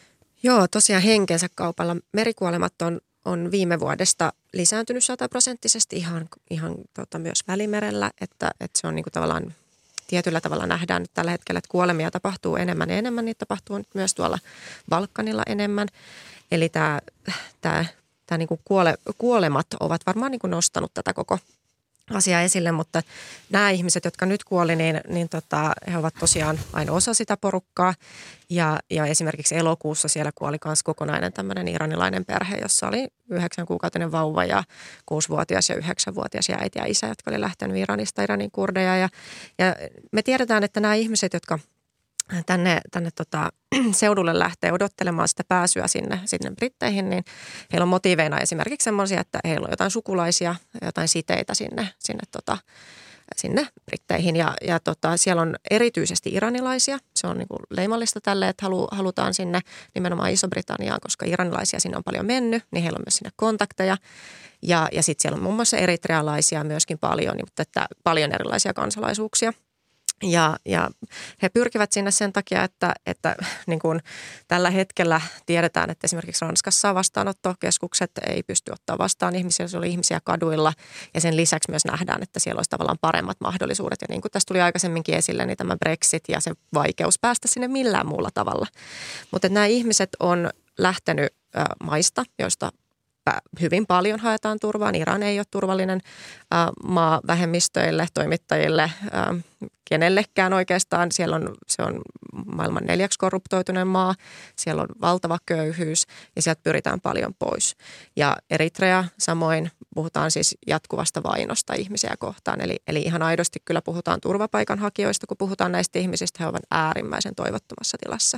Joo, tosiaan henkensä kaupalla. Merikuolemat on, on viime vuodesta lisääntynyt sataprosenttisesti ihan, ihan tota, myös Välimerellä, että, että se on niin kuin tavallaan tietyllä tavalla nähdään nyt tällä hetkellä, että kuolemia tapahtuu enemmän ja enemmän, niitä tapahtuu nyt myös tuolla Balkanilla enemmän. Eli tämä, tämä, tämä niin kuin kuole, kuolemat ovat varmaan niin kuin nostanut tätä koko asiaa esille, mutta nämä ihmiset, jotka nyt kuoli, niin, niin tota, he ovat tosiaan aina osa sitä porukkaa. Ja, ja esimerkiksi elokuussa siellä kuoli myös kokonainen tämmöinen iranilainen perhe, jossa oli yhdeksänkuukautinen vauva ja kuusivuotias ja yhdeksänvuotias ja äiti ja isä, jotka oli lähtenyt Iranista, Iranin kurdeja. Ja, ja me tiedetään, että nämä ihmiset, jotka tänne, tänne tota, seudulle lähtee odottelemaan sitä pääsyä sinne, sinne Britteihin, niin heillä on motiiveina esimerkiksi semmoisia, että heillä on jotain sukulaisia, jotain siteitä sinne, sinne, tota, sinne Britteihin. Ja, ja tota, siellä on erityisesti iranilaisia. Se on niin kuin leimallista tälle, että halu, halutaan sinne nimenomaan Iso-Britanniaan, koska iranilaisia sinne on paljon mennyt, niin heillä on myös sinne kontakteja. Ja, ja sitten siellä on muun muassa eritrealaisia myöskin paljon, mutta että paljon erilaisia kansalaisuuksia. Ja, ja he pyrkivät sinne sen takia, että, että niin kuin tällä hetkellä tiedetään, että esimerkiksi Ranskassa vastaanottokeskukset ei pysty ottaa vastaan ihmisiä, jos oli ihmisiä kaduilla. Ja sen lisäksi myös nähdään, että siellä olisi tavallaan paremmat mahdollisuudet. Ja niin kuin tässä tuli aikaisemminkin esille, niin tämä Brexit ja se vaikeus päästä sinne millään muulla tavalla. Mutta nämä ihmiset on lähtenyt äh, maista, joista hyvin paljon haetaan turvaa. Iran ei ole turvallinen äh, maa vähemmistöille, toimittajille, äh, kenellekään oikeastaan. Siellä on, se on maailman neljäksi korruptoituneen maa. Siellä on valtava köyhyys ja sieltä pyritään paljon pois. Ja Eritrea samoin puhutaan siis jatkuvasta vainosta ihmisiä kohtaan. Eli, eli ihan aidosti kyllä puhutaan turvapaikanhakijoista, kun puhutaan näistä ihmisistä. He ovat äärimmäisen toivottomassa tilassa.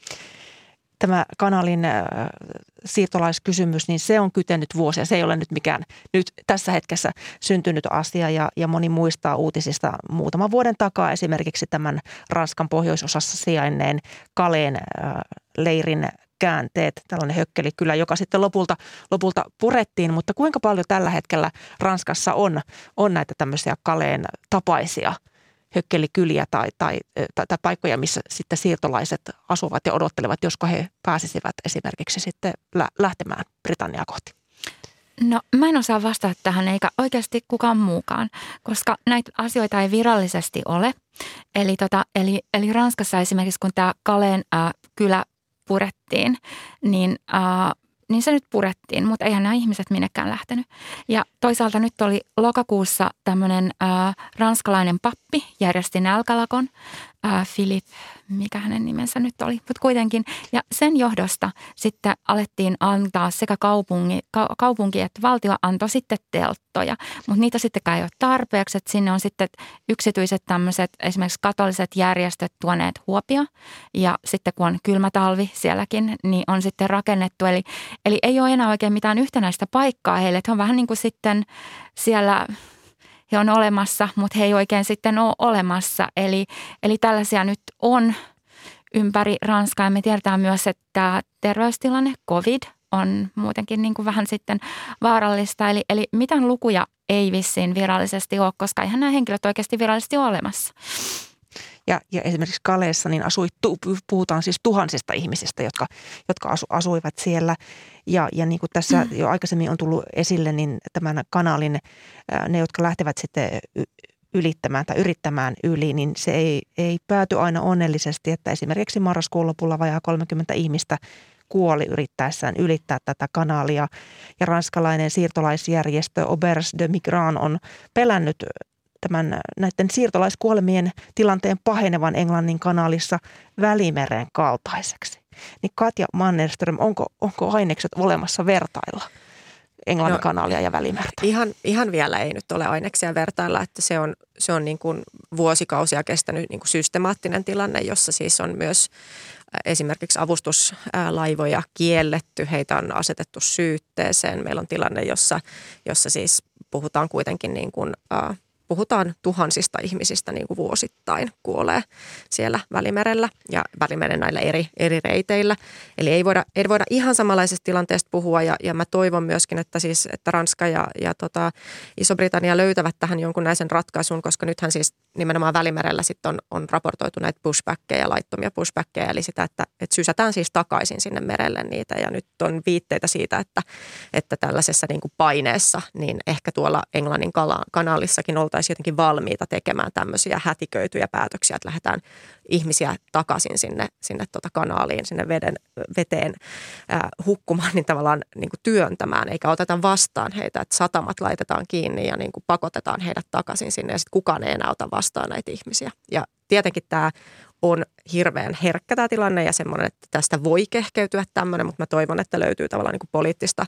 Tämä kanalin äh, siirtolaiskysymys, niin se on kytenyt vuosia. Se ei ole nyt mikään nyt tässä hetkessä syntynyt asia ja, ja moni muistaa uutisista muutaman vuoden takaa esimerkiksi tämän Ranskan pohjoisosassa sijainneen Caléen äh, leirin käänteet, tällainen hökkelikylä, joka sitten lopulta, lopulta purettiin. Mutta kuinka paljon tällä hetkellä Ranskassa on, on näitä tämmöisiä Caléen tapaisia hökkelikyliä tai, tai, tai, tai paikkoja, missä sitten siirtolaiset asuvat ja odottelevat, josko he pääsisivät esimerkiksi sitten lä- lähtemään Britanniaa kohti? No mä en osaa vastata tähän eikä oikeasti kukaan muukaan, koska näitä asioita ei virallisesti ole. Eli, tota, eli, eli Ranskassa esimerkiksi kun tämä Caléen äh, kylä purettiin, niin äh, niin se nyt purettiin, mutta eihän nämä ihmiset minnekään lähtenyt. Ja toisaalta nyt oli lokakuussa tämmöinen äh, ranskalainen pappi järjesti nälkälakon, äh, Philippe, mikä hänen nimensä nyt oli, mutta kuitenkin. Ja sen johdosta sitten alettiin antaa sekä kaupunki, ka, kaupunki että valtio antoi sitten telttoja, mutta niitä sittenkään ei ole tarpeeksi, että sinne on sitten yksityiset tämmöiset esimerkiksi katoliset järjestöt tuoneet huopia ja sitten kun on kylmä talvi sielläkin, niin on sitten rakennettu, eli Eli ei ole enää oikein mitään yhtenäistä paikkaa heille, että he on vähän niin kuin sitten siellä, he on olemassa, mutta he ei oikein sitten ole olemassa. Eli, eli tällaisia nyt on ympäri Ranskaa ja me tiedetään myös, että terveystilanne COVID on muutenkin niin kuin vähän sitten vaarallista. Eli, eli mitään lukuja ei vissiin virallisesti ole, koska eihän nämä henkilöt oikeasti virallisesti ole olemassa. Ja, ja esimerkiksi Caléessa niin asui, puhutaan siis tuhansista ihmisistä, jotka, jotka asu, asuivat siellä. Ja, ja niin kuin tässä jo aikaisemmin on tullut esille, niin tämän kanalin, ne jotka lähtevät sitten ylittämään tai yrittämään yli, niin se ei, ei pääty aina onnellisesti, että esimerkiksi marraskuun lopulla vajaa kolmekymmentä ihmistä kuoli yrittäessään ylittää tätä kanalia. Ja ranskalainen siirtolaisjärjestö Auberge de Migrants on pelännyt tämän näiden siirtolaiskuolemien tilanteen pahenevan Englannin kanaalissa Välimeren kaltaiseksi. Niin Katja Mannerström, onko, onko ainekset olemassa vertailla Englannin no, kanaalia ja Välimerta? Ihan, ihan vielä ei nyt ole aineksia vertailla, että se on, se on niin kuin vuosikausia kestänyt niin kuin systemaattinen tilanne, jossa siis on myös esimerkiksi avustuslaivoja kielletty, heitä on asetettu syytteeseen. Meillä on tilanne, jossa, jossa siis puhutaan kuitenkin niin kuin, äh, puhutaan tuhansista ihmisistä niin kuin vuosittain kuolee siellä Välimerellä ja Välimeren näillä eri, eri reiteillä. Eli ei voida, ei voida ihan samanlaisesta tilanteesta puhua ja, ja mä toivon myöskin, että, siis, että Ranska ja, ja tota, Iso-Britannia löytävät tähän jonkunlaisen ratkaisun, koska nythän siis nimenomaan Välimerellä sitten on, on raportoitu näitä pushbackkejä, laittomia pushbackkejä, eli sitä, että, että sysätään siis takaisin sinne merelle niitä ja nyt on viitteitä siitä, että, että tällaisessa niin kuin paineessa niin ehkä tuolla Englannin kanaalissakin oltaisiin jotenkin valmiita tekemään tämmöisiä hätiköityjä päätöksiä, että lähdetään ihmisiä takaisin sinne, sinne tota kanaaliin, sinne veden, veteen äh, hukkumaan, niin tavallaan niin kuin työntämään, eikä oteta vastaan heitä, että satamat laitetaan kiinni ja niin kuin pakotetaan heidät takaisin sinne ja sitten kukaan ei enää ota vastaan näitä ihmisiä. Ja tietenkin tämä on hirveän herkkä tämä tilanne ja semmoinen, että tästä voi kehkeytyä tämmöinen, mutta mä toivon, että löytyy tavallaan niin kuin poliittista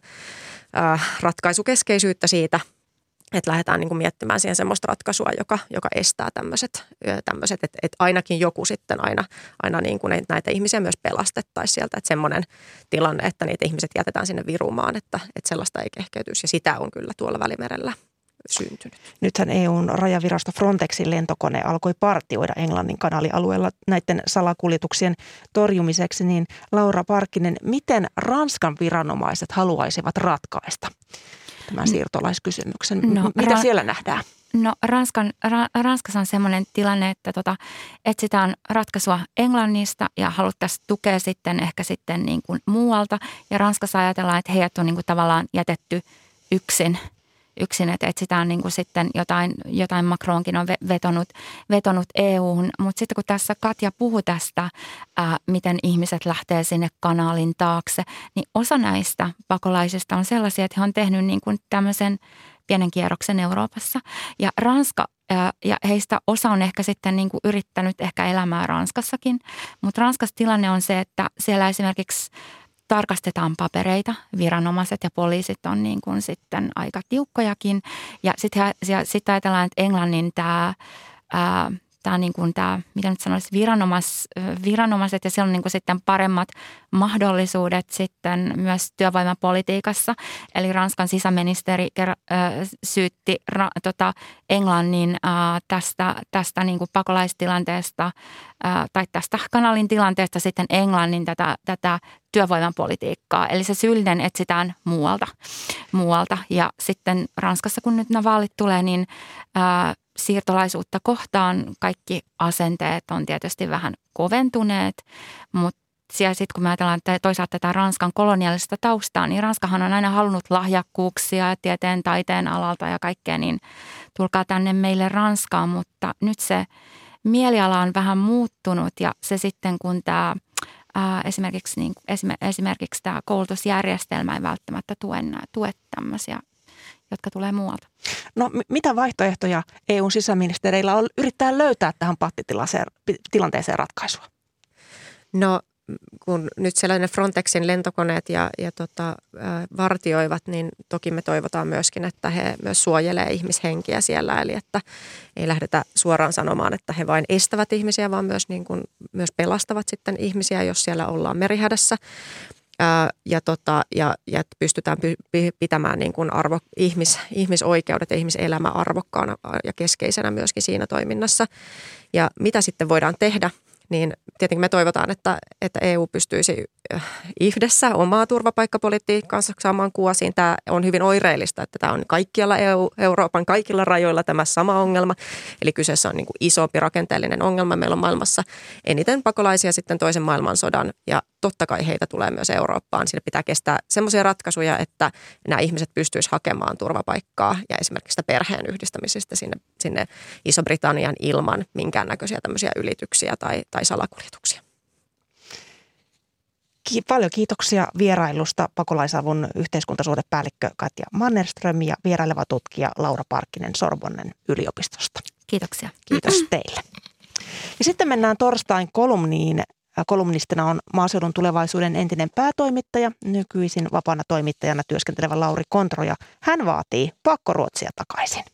äh, ratkaisukeskeisyyttä siitä, että lähdetään niin kuin miettimään siihen semmoista ratkaisua, joka, joka estää tämmöiset, tämmöiset että, että ainakin joku sitten aina, aina niin kuin näitä ihmisiä myös pelastettaisiin sieltä. Että semmoinen tilanne, että niitä ihmiset jätetään sinne virumaan, että, että sellaista ei kehkeytyisi. Ja sitä on kyllä tuolla Välimerellä syntynyt. Nythän E U:n rajavirasto Frontexin lentokone alkoi partioida Englannin kanaalialueella näiden salakuljetuksien torjumiseksi. Niin Laura Parkkinen, miten Ranskan viranomaiset haluaisivat ratkaista tämän siirtolaiskysymyksen? No, Mitä ra- siellä nähdään? No Ranskan, ra- Ranskassa on sellainen tilanne, että tota, etsitään ratkaisua Englannista ja haluttaisiin tukea sitten ehkä sitten niin kuin muualta. Ja Ranskassa ajatellaan, että heidät on niin kuin tavallaan jätetty yksin. Yksin, että etsitään niin kuin sitten jotain, jotain Macronkin on vetonut, vetonut E U:hun. Mutta sitten kun tässä Katja puhui tästä, ää, miten ihmiset lähtee sinne kanaalin taakse, niin osa näistä pakolaisista on sellaisia, että he on tehnyt niin kuin tämmöisen pienen kierroksen Euroopassa. Ja Ranska, ää, ja heistä osa on ehkä sitten niin kuin yrittänyt ehkä elämää Ranskassakin. Mutta Ranskassa tilanne on se, että siellä esimerkiksi tarkastetaan papereita, viranomaiset ja poliisit on niin kuin sitten aika tiukkojakin. Ja sitten sit ajatellaan, että Englannin tämä, ää, tämä niin kuin tämä, mitä nyt sanoisi, viranomas, viranomaiset ja siellä on niin kuin sitten paremmat mahdollisuudet sitten myös työvoimapolitiikassa. Eli Ranskan sisäministeri ää, syytti ra, tota Englannin ää, tästä, tästä niin kuin pakolaistilanteesta ää, tai tästä kanalin tilanteesta sitten Englannin tätä, tätä työvoimapolitiikkaa. Eli se syyllinen etsitään muualta. muualta. Ja sitten Ranskassa, kun nyt nämä vaalit tulee, niin ää, siirtolaisuutta kohtaan kaikki asenteet on tietysti vähän koventuneet, mutta sitten kun me ajatellaan että toisaalta tätä Ranskan koloniaalista taustaa, niin Ranskahan on aina halunnut lahjakkuuksia tieteen, taiteen alalta ja kaikkea, niin tulkaa tänne meille Ranskaan, mutta nyt se mieliala on vähän muuttunut ja se sitten kun tämä ää, esimerkiksi, niin, esimerkiksi tämä koulutusjärjestelmä ei välttämättä tue, tue tämmöisiä, jotka tulee muualta. No mitä vaihtoehtoja E U:n sisäministereillä on yrittää löytää tähän pattitilanteeseen ratkaisua? No kun nyt siellä ne Frontexin lentokoneet ja, ja tota, ä, vartioivat, niin toki me toivotaan myöskin, että he myös suojelee ihmishenkiä siellä. Eli että ei lähdetä suoraan sanomaan, että he vain estävät ihmisiä, vaan myös, niin kuin, myös pelastavat sitten ihmisiä, jos siellä ollaan merihädässä. Ää, ja, tota, ja, ja pystytään py, pitämään niin kuin arvo, ihmis, ihmisoikeudet ja ihmiselämä arvokkaana ja keskeisenä myöskin siinä toiminnassa. Ja mitä sitten voidaan tehdä? Niin tietenkin me toivotaan, että, että E U pystyisi yhdessä omaa turvapaikkapolitiikkaansa saamaan kuosiin. Tämä on hyvin oireellista, että tämä on kaikkialla E U, Euroopan kaikilla rajoilla tämä sama ongelma. Eli kyseessä on niin kuin isompi rakenteellinen ongelma. Meillä on maailmassa eniten pakolaisia sitten toisen maailmansodan ja totta kai heitä tulee myös Eurooppaan. Siinä pitää kestää semmoisia ratkaisuja, että nämä ihmiset pystyisivät hakemaan turvapaikkaa ja esimerkiksi sitä perheen yhdistämisestä sinne, sinne Iso-Britannian ilman minkäännäköisiä tämmöisiä ylityksiä tai, tai salakuljetuksia. Paljon kiitoksia vierailusta pakolaisavun yhteiskuntasuhdepäällikkö Katja Mannerström ja vieraileva tutkija Laura Parkkinen Sorbonnen yliopistosta. Kiitoksia. Kiitos teille. Ja sitten mennään torstain kolumniin. Kolumnistina on Maaseudun Tulevaisuuden entinen päätoimittaja, nykyisin vapaana toimittajana työskentelevä Lauri Kontro, ja hän vaatii pakkoruotsia takaisin.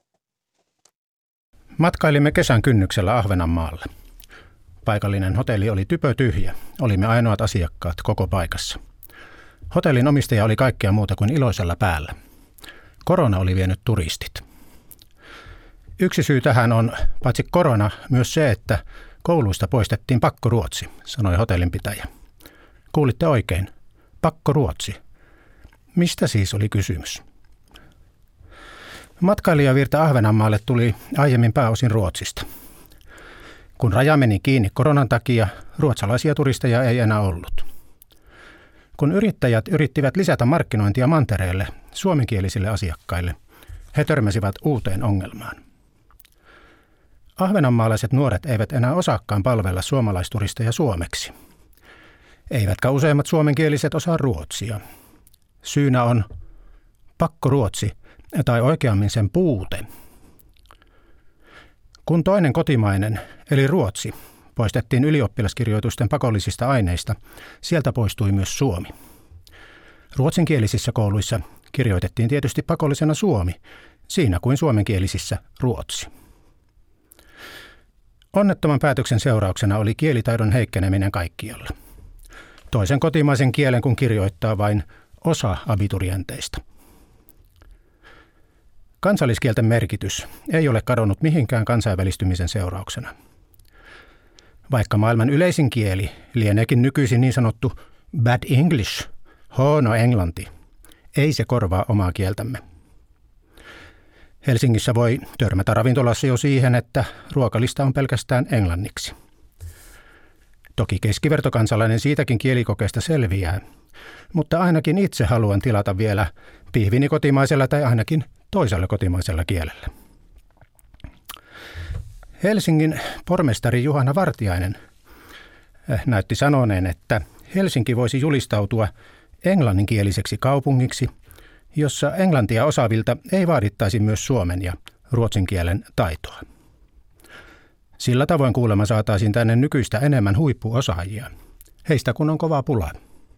Matkailimme kesän kynnyksellä Ahvenanmaalle. Paikallinen hotelli oli typötyhjä. Olimme ainoat asiakkaat koko paikassa. Hotellin omistaja oli kaikkea muuta kuin iloisella päällä. Korona oli vienyt turistit. Yksi syy tähän on paitsi korona myös se, että kouluista poistettiin pakkoruotsi, sanoi hotellinpitäjä. Kuulitte oikein, pakkoruotsi. Mistä siis oli kysymys? Matkailijavirta Ahvenanmaalle tuli aiemmin pääosin Ruotsista. Kun raja meni kiinni koronan takia, ruotsalaisia turisteja ei enää ollut. Kun yrittäjät yrittivät lisätä markkinointia mantereelle suomenkielisille asiakkaille, he törmäsivät uuteen ongelmaan. Ahvenanmaalaiset nuoret eivät enää osaakaan palvella suomalaisturisteja suomeksi. Eivätkä useimmat suomenkieliset osaa ruotsia. Syynä on pakkoruotsi tai oikeammin sen puute. Kun toinen kotimainen, eli ruotsi, poistettiin ylioppilaskirjoitusten pakollisista aineista, sieltä poistui myös suomi. Ruotsinkielisissä kouluissa kirjoitettiin tietysti pakollisena suomi, siinä kuin suomenkielisissä ruotsi. Onnettoman päätöksen seurauksena oli kielitaidon heikkeneminen kaikkialla. Toisen kotimaisen kielen kun kirjoittaa vain osa abiturienteista. Kansalliskielten merkitys ei ole kadonnut mihinkään kansainvälistymisen seurauksena. Vaikka maailman yleisin kieli lieneekin nykyisin niin sanottu bad English, huono englanti, ei se korvaa omaa kieltämme. Helsingissä voi törmätä ravintolassa jo siihen, että ruokalista on pelkästään englanniksi. Toki keskivertokansalainen siitäkin kielikokeesta selviää, mutta ainakin itse haluan tilata vielä pihvini kotimaisella tai ainakin toisella kotimaisella kielellä. Helsingin pormestari Juhana Vartiainen näytti sanoneen, että Helsinki voisi julistautua englanninkieliseksi kaupungiksi, jossa englantia osaavilta ei vaadittaisi myös suomen ja ruotsin kielen taitoa. Sillä tavoin kuulemma saataisiin tänne nykyistä enemmän huippuosaajia, heistä kun on kova pula.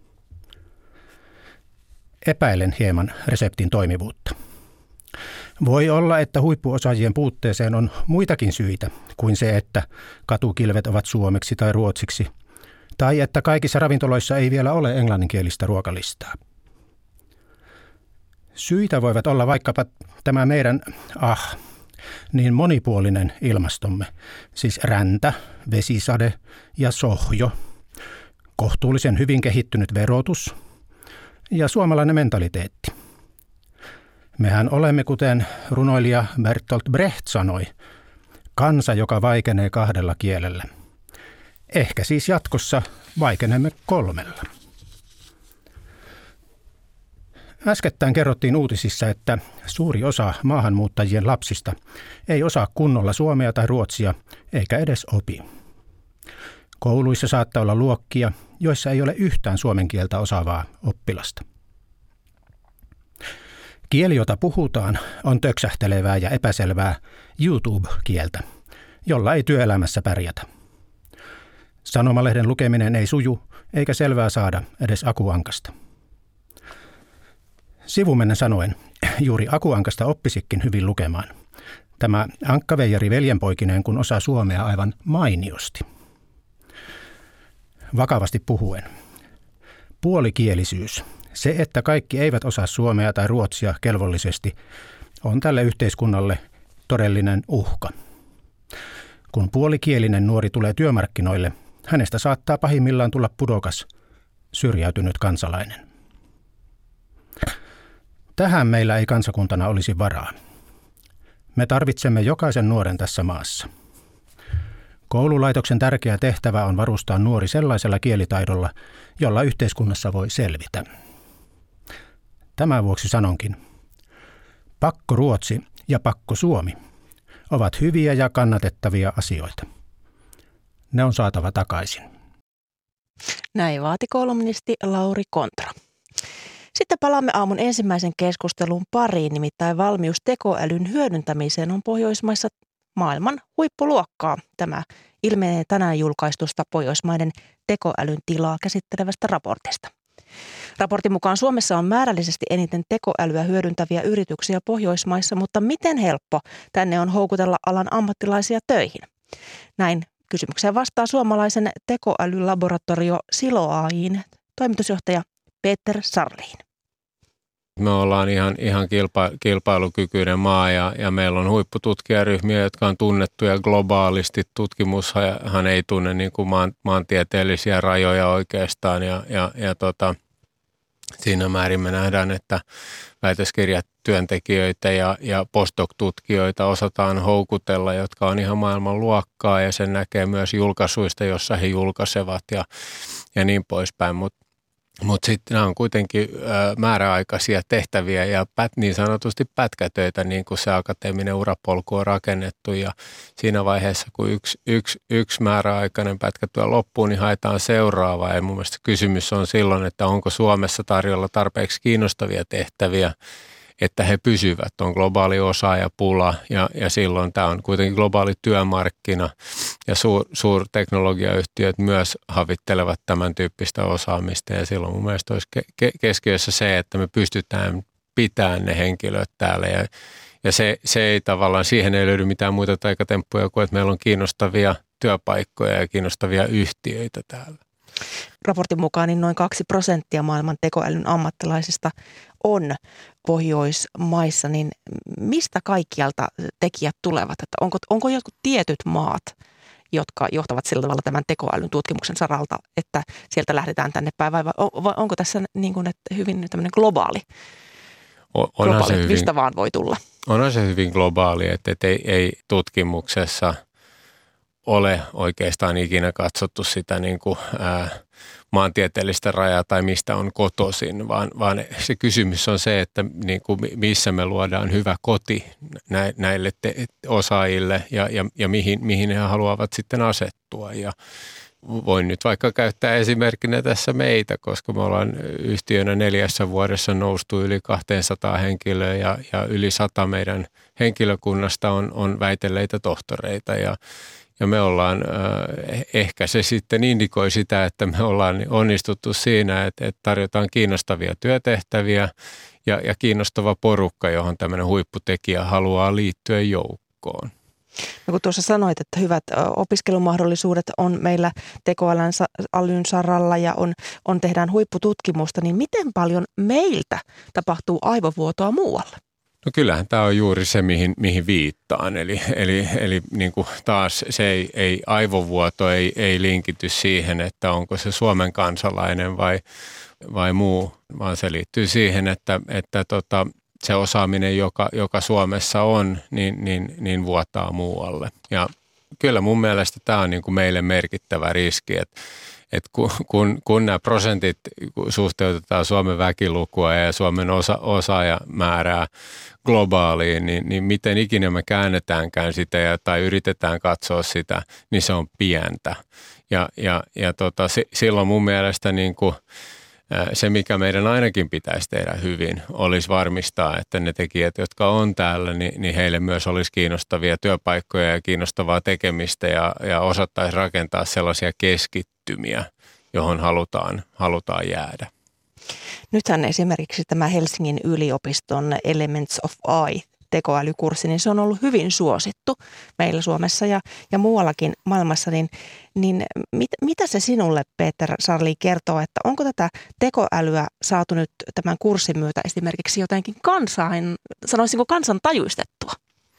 Epäilen hieman reseptin toimivuutta. Voi olla, että huippuosaajien puutteeseen on muitakin syitä kuin se, että katukilvet ovat suomeksi tai ruotsiksi, tai että kaikissa ravintoloissa ei vielä ole englanninkielistä ruokalistaa. Syitä voivat olla vaikkapa tämä meidän, ah, niin monipuolinen ilmastomme, siis räntä, vesisade ja sohjo, kohtuullisen hyvin kehittynyt verotus ja suomalainen mentaliteetti. Mehän olemme, kuten runoilija Bertolt Brecht sanoi, kansa, joka vaikenee kahdella kielellä. Ehkä siis jatkossa vaikenemme kolmella. Äskettäin kerrottiin uutisissa, että suuri osa maahanmuuttajien lapsista ei osaa kunnolla suomea tai ruotsia, eikä edes opi. Kouluissa saattaa olla luokkia, joissa ei ole yhtään suomen kieltä osaavaa oppilasta. Kieli, jota puhutaan, on töksähtelevää ja epäselvää YouTube-kieltä, jolla ei työelämässä pärjätä. Sanomalehden lukeminen ei suju, eikä selvää saada edes Akuankasta. Sivumennen sanoen, juuri Akuankasta oppisikin hyvin lukemaan. Tämä ankkaveijari veljenpoikineen kun osaa suomea aivan mainiosti. Vakavasti puhuen. Puolikielisyys, se että kaikki eivät osaa suomea tai ruotsia kelvollisesti, on tälle yhteiskunnalle todellinen uhka. Kun puolikielinen nuori tulee työmarkkinoille, hänestä saattaa pahimmillaan tulla pudokas, syrjäytynyt kansalainen. Tähän meillä ei kansakuntana olisi varaa. Me tarvitsemme jokaisen nuoren tässä maassa. Koululaitoksen tärkeä tehtävä on varustaa nuori sellaisella kielitaidolla, jolla yhteiskunnassa voi selvitä. Tämän vuoksi sanonkin, pakkoruotsi ja pakkosuomi ovat hyviä ja kannatettavia asioita. Ne on saatava takaisin. Näin vaati kolumnisti Lauri Kontra. Sitten palaamme aamun ensimmäisen keskustelun pariin, nimittäin valmius tekoälyn hyödyntämiseen on Pohjoismaissa maailman huippuluokkaa. Tämä ilmenee tänään julkaistusta Pohjoismaiden tekoälyn tilaa käsittelevästä raportista. Raportin mukaan Suomessa on määrällisesti eniten tekoälyä hyödyntäviä yrityksiä Pohjoismaissa, mutta miten helppo tänne on houkutella alan ammattilaisia töihin? Näin kysymykseen vastaa suomalaisen tekoälylaboratorio Silo A I:n toimitusjohtaja Peter Sarlin. Me ollaan ihan, ihan kilpa, kilpailukykyinen maa ja, ja meillä on huippututkijaryhmiä, jotka on tunnettuja globaalisti. Tutkimushan ei tunne niin kuin maan, maantieteellisiä rajoja oikeastaan ja, ja, ja tota, siinä määrin me nähdään, että väitöskirjatyöntekijöitä ja, ja postdoc-tutkijoita osataan houkutella, jotka on ihan maailman luokkaa ja sen näkee myös julkaisuista, jossa he julkaisevat ja, ja niin poispäin. Mutta Mutta sitten nämä on kuitenkin ö, määräaikaisia tehtäviä ja pät, niin sanotusti pätkätöitä, niin kuin se akateeminen urapolku on rakennettu. Ja siinä vaiheessa, kun yksi, yksi, yksi määräaikainen pätkätyö loppuu, niin haetaan seuraavaa. Ja mun mielestä kysymys on silloin, että onko Suomessa tarjolla tarpeeksi kiinnostavia tehtäviä, että he pysyvät. On globaali osaajapula ja, ja silloin tämä on kuitenkin globaali työmarkkina ja suur, suurteknologiayhtiöt myös havittelevat tämän tyyppistä osaamista ja silloin mun mielestä olisi ke, keskiössä se, että me pystytään pitämään ne henkilöt täällä ja, ja se, se ei tavallaan, siihen ei löydy mitään muita taikatemppuja kuin, että meillä on kiinnostavia työpaikkoja ja kiinnostavia yhtiöitä täällä. Raportin mukaan niin noin kaksi prosenttia maailman tekoälyn ammattilaisista on Pohjoismaissa, niin mistä kaikkialta tekijät tulevat? Että onko, onko jotkut tietyt maat, jotka johtavat sillä tavalla tämän tekoälyn tutkimuksen saralta, että sieltä lähdetään tänne päin, vai onko tässä niin kuin, että hyvin tämmöinen globaali, globaali se hyvin, mistä vaan voi tulla? Onhan se hyvin globaali, että, että ei, ei tutkimuksessa ole oikeastaan ikinä katsottu sitä niin kuin, ää, maantieteellistä rajaa tai mistä on kotoisin, vaan, vaan se kysymys on se, että niin kuin missä me luodaan hyvä koti näille te- osaajille ja, ja, ja mihin, mihin he haluavat sitten asettua. Ja voin nyt vaikka käyttää esimerkkinä tässä meitä, koska me ollaan yhtiönä neljässä vuodessa noustu yli kaksisataa henkilöä ja, ja yli sata meidän henkilökunnasta on, on väitelleitä tohtoreita ja Ja me ollaan, ehkä se sitten indikoi sitä, että me ollaan onnistuttu siinä, että, että tarjotaan kiinnostavia työtehtäviä ja, ja kiinnostava porukka, johon tämmöinen huipputekijä haluaa liittyä joukkoon. No kun tuossa sanoit, että hyvät opiskelumahdollisuudet on meillä tekoälyn saralla ja on, on tehdään huippututkimusta, niin miten paljon meiltä tapahtuu aivovuotoa muualle? No kyllähän tämä on juuri se, mihin, mihin viittaan. Eli, eli, eli niin kuin taas se ei, ei aivovuoto ei, ei linkity siihen, että onko se Suomen kansalainen vai, vai muu, vaan se liittyy siihen, että, että tota, se osaaminen, joka, joka Suomessa on, niin, niin, niin vuotaa muualle. Ja kyllä mun mielestä tämä on niin kuin meille merkittävä riski, että että kun, kun, kun nämä prosentit suhteutetaan Suomen väkilukua ja Suomen osa, osaajamäärää globaaliin, niin, niin miten ikinä me käännetäänkään sitä ja, tai yritetään katsoa sitä, niin se on pientä. Ja, ja, ja tota, silloin mun mielestä niin kuin, se, mikä meidän ainakin pitäisi tehdä hyvin, olisi varmistaa, että ne tekijät, jotka on täällä, niin, niin heille myös olisi kiinnostavia työpaikkoja ja kiinnostavaa tekemistä ja, ja osattaisi rakentaa sellaisia keskittymiä, johon halutaan, halutaan jäädä. Nythän esimerkiksi tämä Helsingin yliopiston Elements of A I-tekoälykurssi, niin se on ollut hyvin suosittu meillä Suomessa ja, ja muuallakin maailmassa. Niin, niin mit, mitä se sinulle, Peter Sarli, kertoo, että onko tätä tekoälyä saatu nyt tämän kurssin myötä esimerkiksi jotenkin kansain, sanoisinko kansantajuistettua?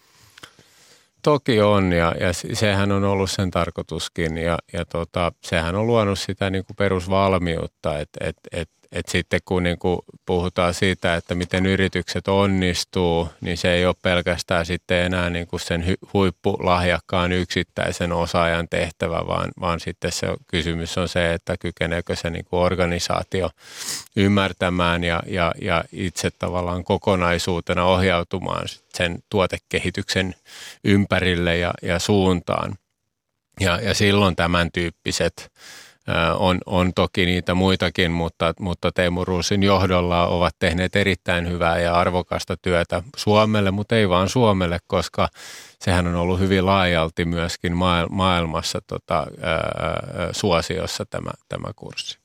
Toki on ja, ja sehän on ollut sen tarkoituskin ja, ja tota, sehän on luonut sitä niin kuin perusvalmiutta, että et, et, et sitten kun niin kuin puhutaan siitä, että miten yritykset onnistuu, niin se ei ole pelkästään sitten enää niin kuin sen huippulahjakkaan yksittäisen osaajan tehtävä, vaan, vaan sitten se kysymys on se, että kykeneekö se niin kuin organisaatio ymmärtämään ja, ja, ja itse tavallaan kokonaisuutena ohjautumaan sen tuotekehityksen ympärille ja, ja suuntaan. Ja, ja silloin tämän tyyppiset On, on toki niitä muitakin, mutta, mutta Teemu Roosin johdolla ovat tehneet erittäin hyvää ja arvokasta työtä Suomelle, mutta ei vaan Suomelle, koska sehän on ollut hyvin laajalti myöskin maailmassa tota, ää, suosiossa tämä, tämä kurssi.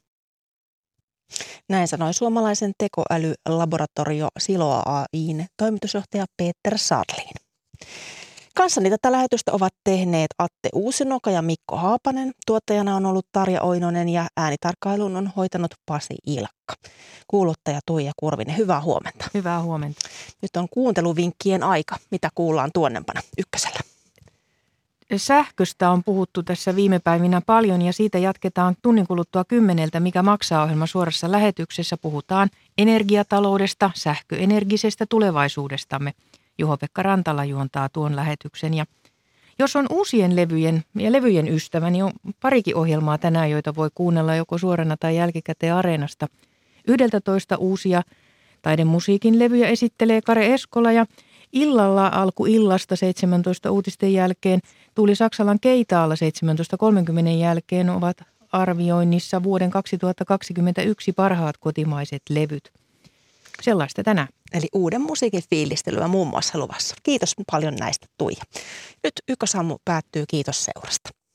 Näin sanoi suomalaisen tekoälylaboratorio Siloa A I:n toimitusjohtaja Peter Sarlin. Kanssani tätä lähetystä ovat tehneet Atte Uusinoka ja Mikko Haapanen. Tuottajana on ollut Tarja Oinonen ja äänitarkkailun on hoitanut Pasi Ilkka. Kuuluttaja Tuija Kurvinen, hyvää huomenta. Hyvää huomenta. Nyt on kuunteluvinkkien aika. Mitä kuullaan tuonnempana Ykkösellä? Sähköstä on puhuttu tässä viime päivinä paljon ja siitä jatketaan tunnin kuluttua kymmeneltä, mikä maksaa ohjelma suorassa lähetyksessä. Puhutaan energiataloudesta, sähköenergisestä tulevaisuudestamme. Juho-Pekka Rantala juontaa tuon lähetyksen ja jos on uusien levyjen ja levyjen ystävä, niin on parikin ohjelmaa tänään, joita voi kuunnella joko suorana tai jälkikäteen Areenasta. yksitoista uusia taidemusiikin levyjä esittelee Kare Eskola ja illalla alkuillasta seitsemäntoista uutisten jälkeen Tuuli Saksalan Keitaalla seitsemäntoista kolmekymmentä jälkeen ovat arvioinnissa vuoden kaksituhattakaksikymmentäyksi parhaat kotimaiset levyt. Sellaista tänään. Eli uuden musiikin fiilistelyä muun muassa luvassa. Kiitos paljon näistä, Tuija. Nyt Ykkösaamu päättyy. Kiitos seurasta.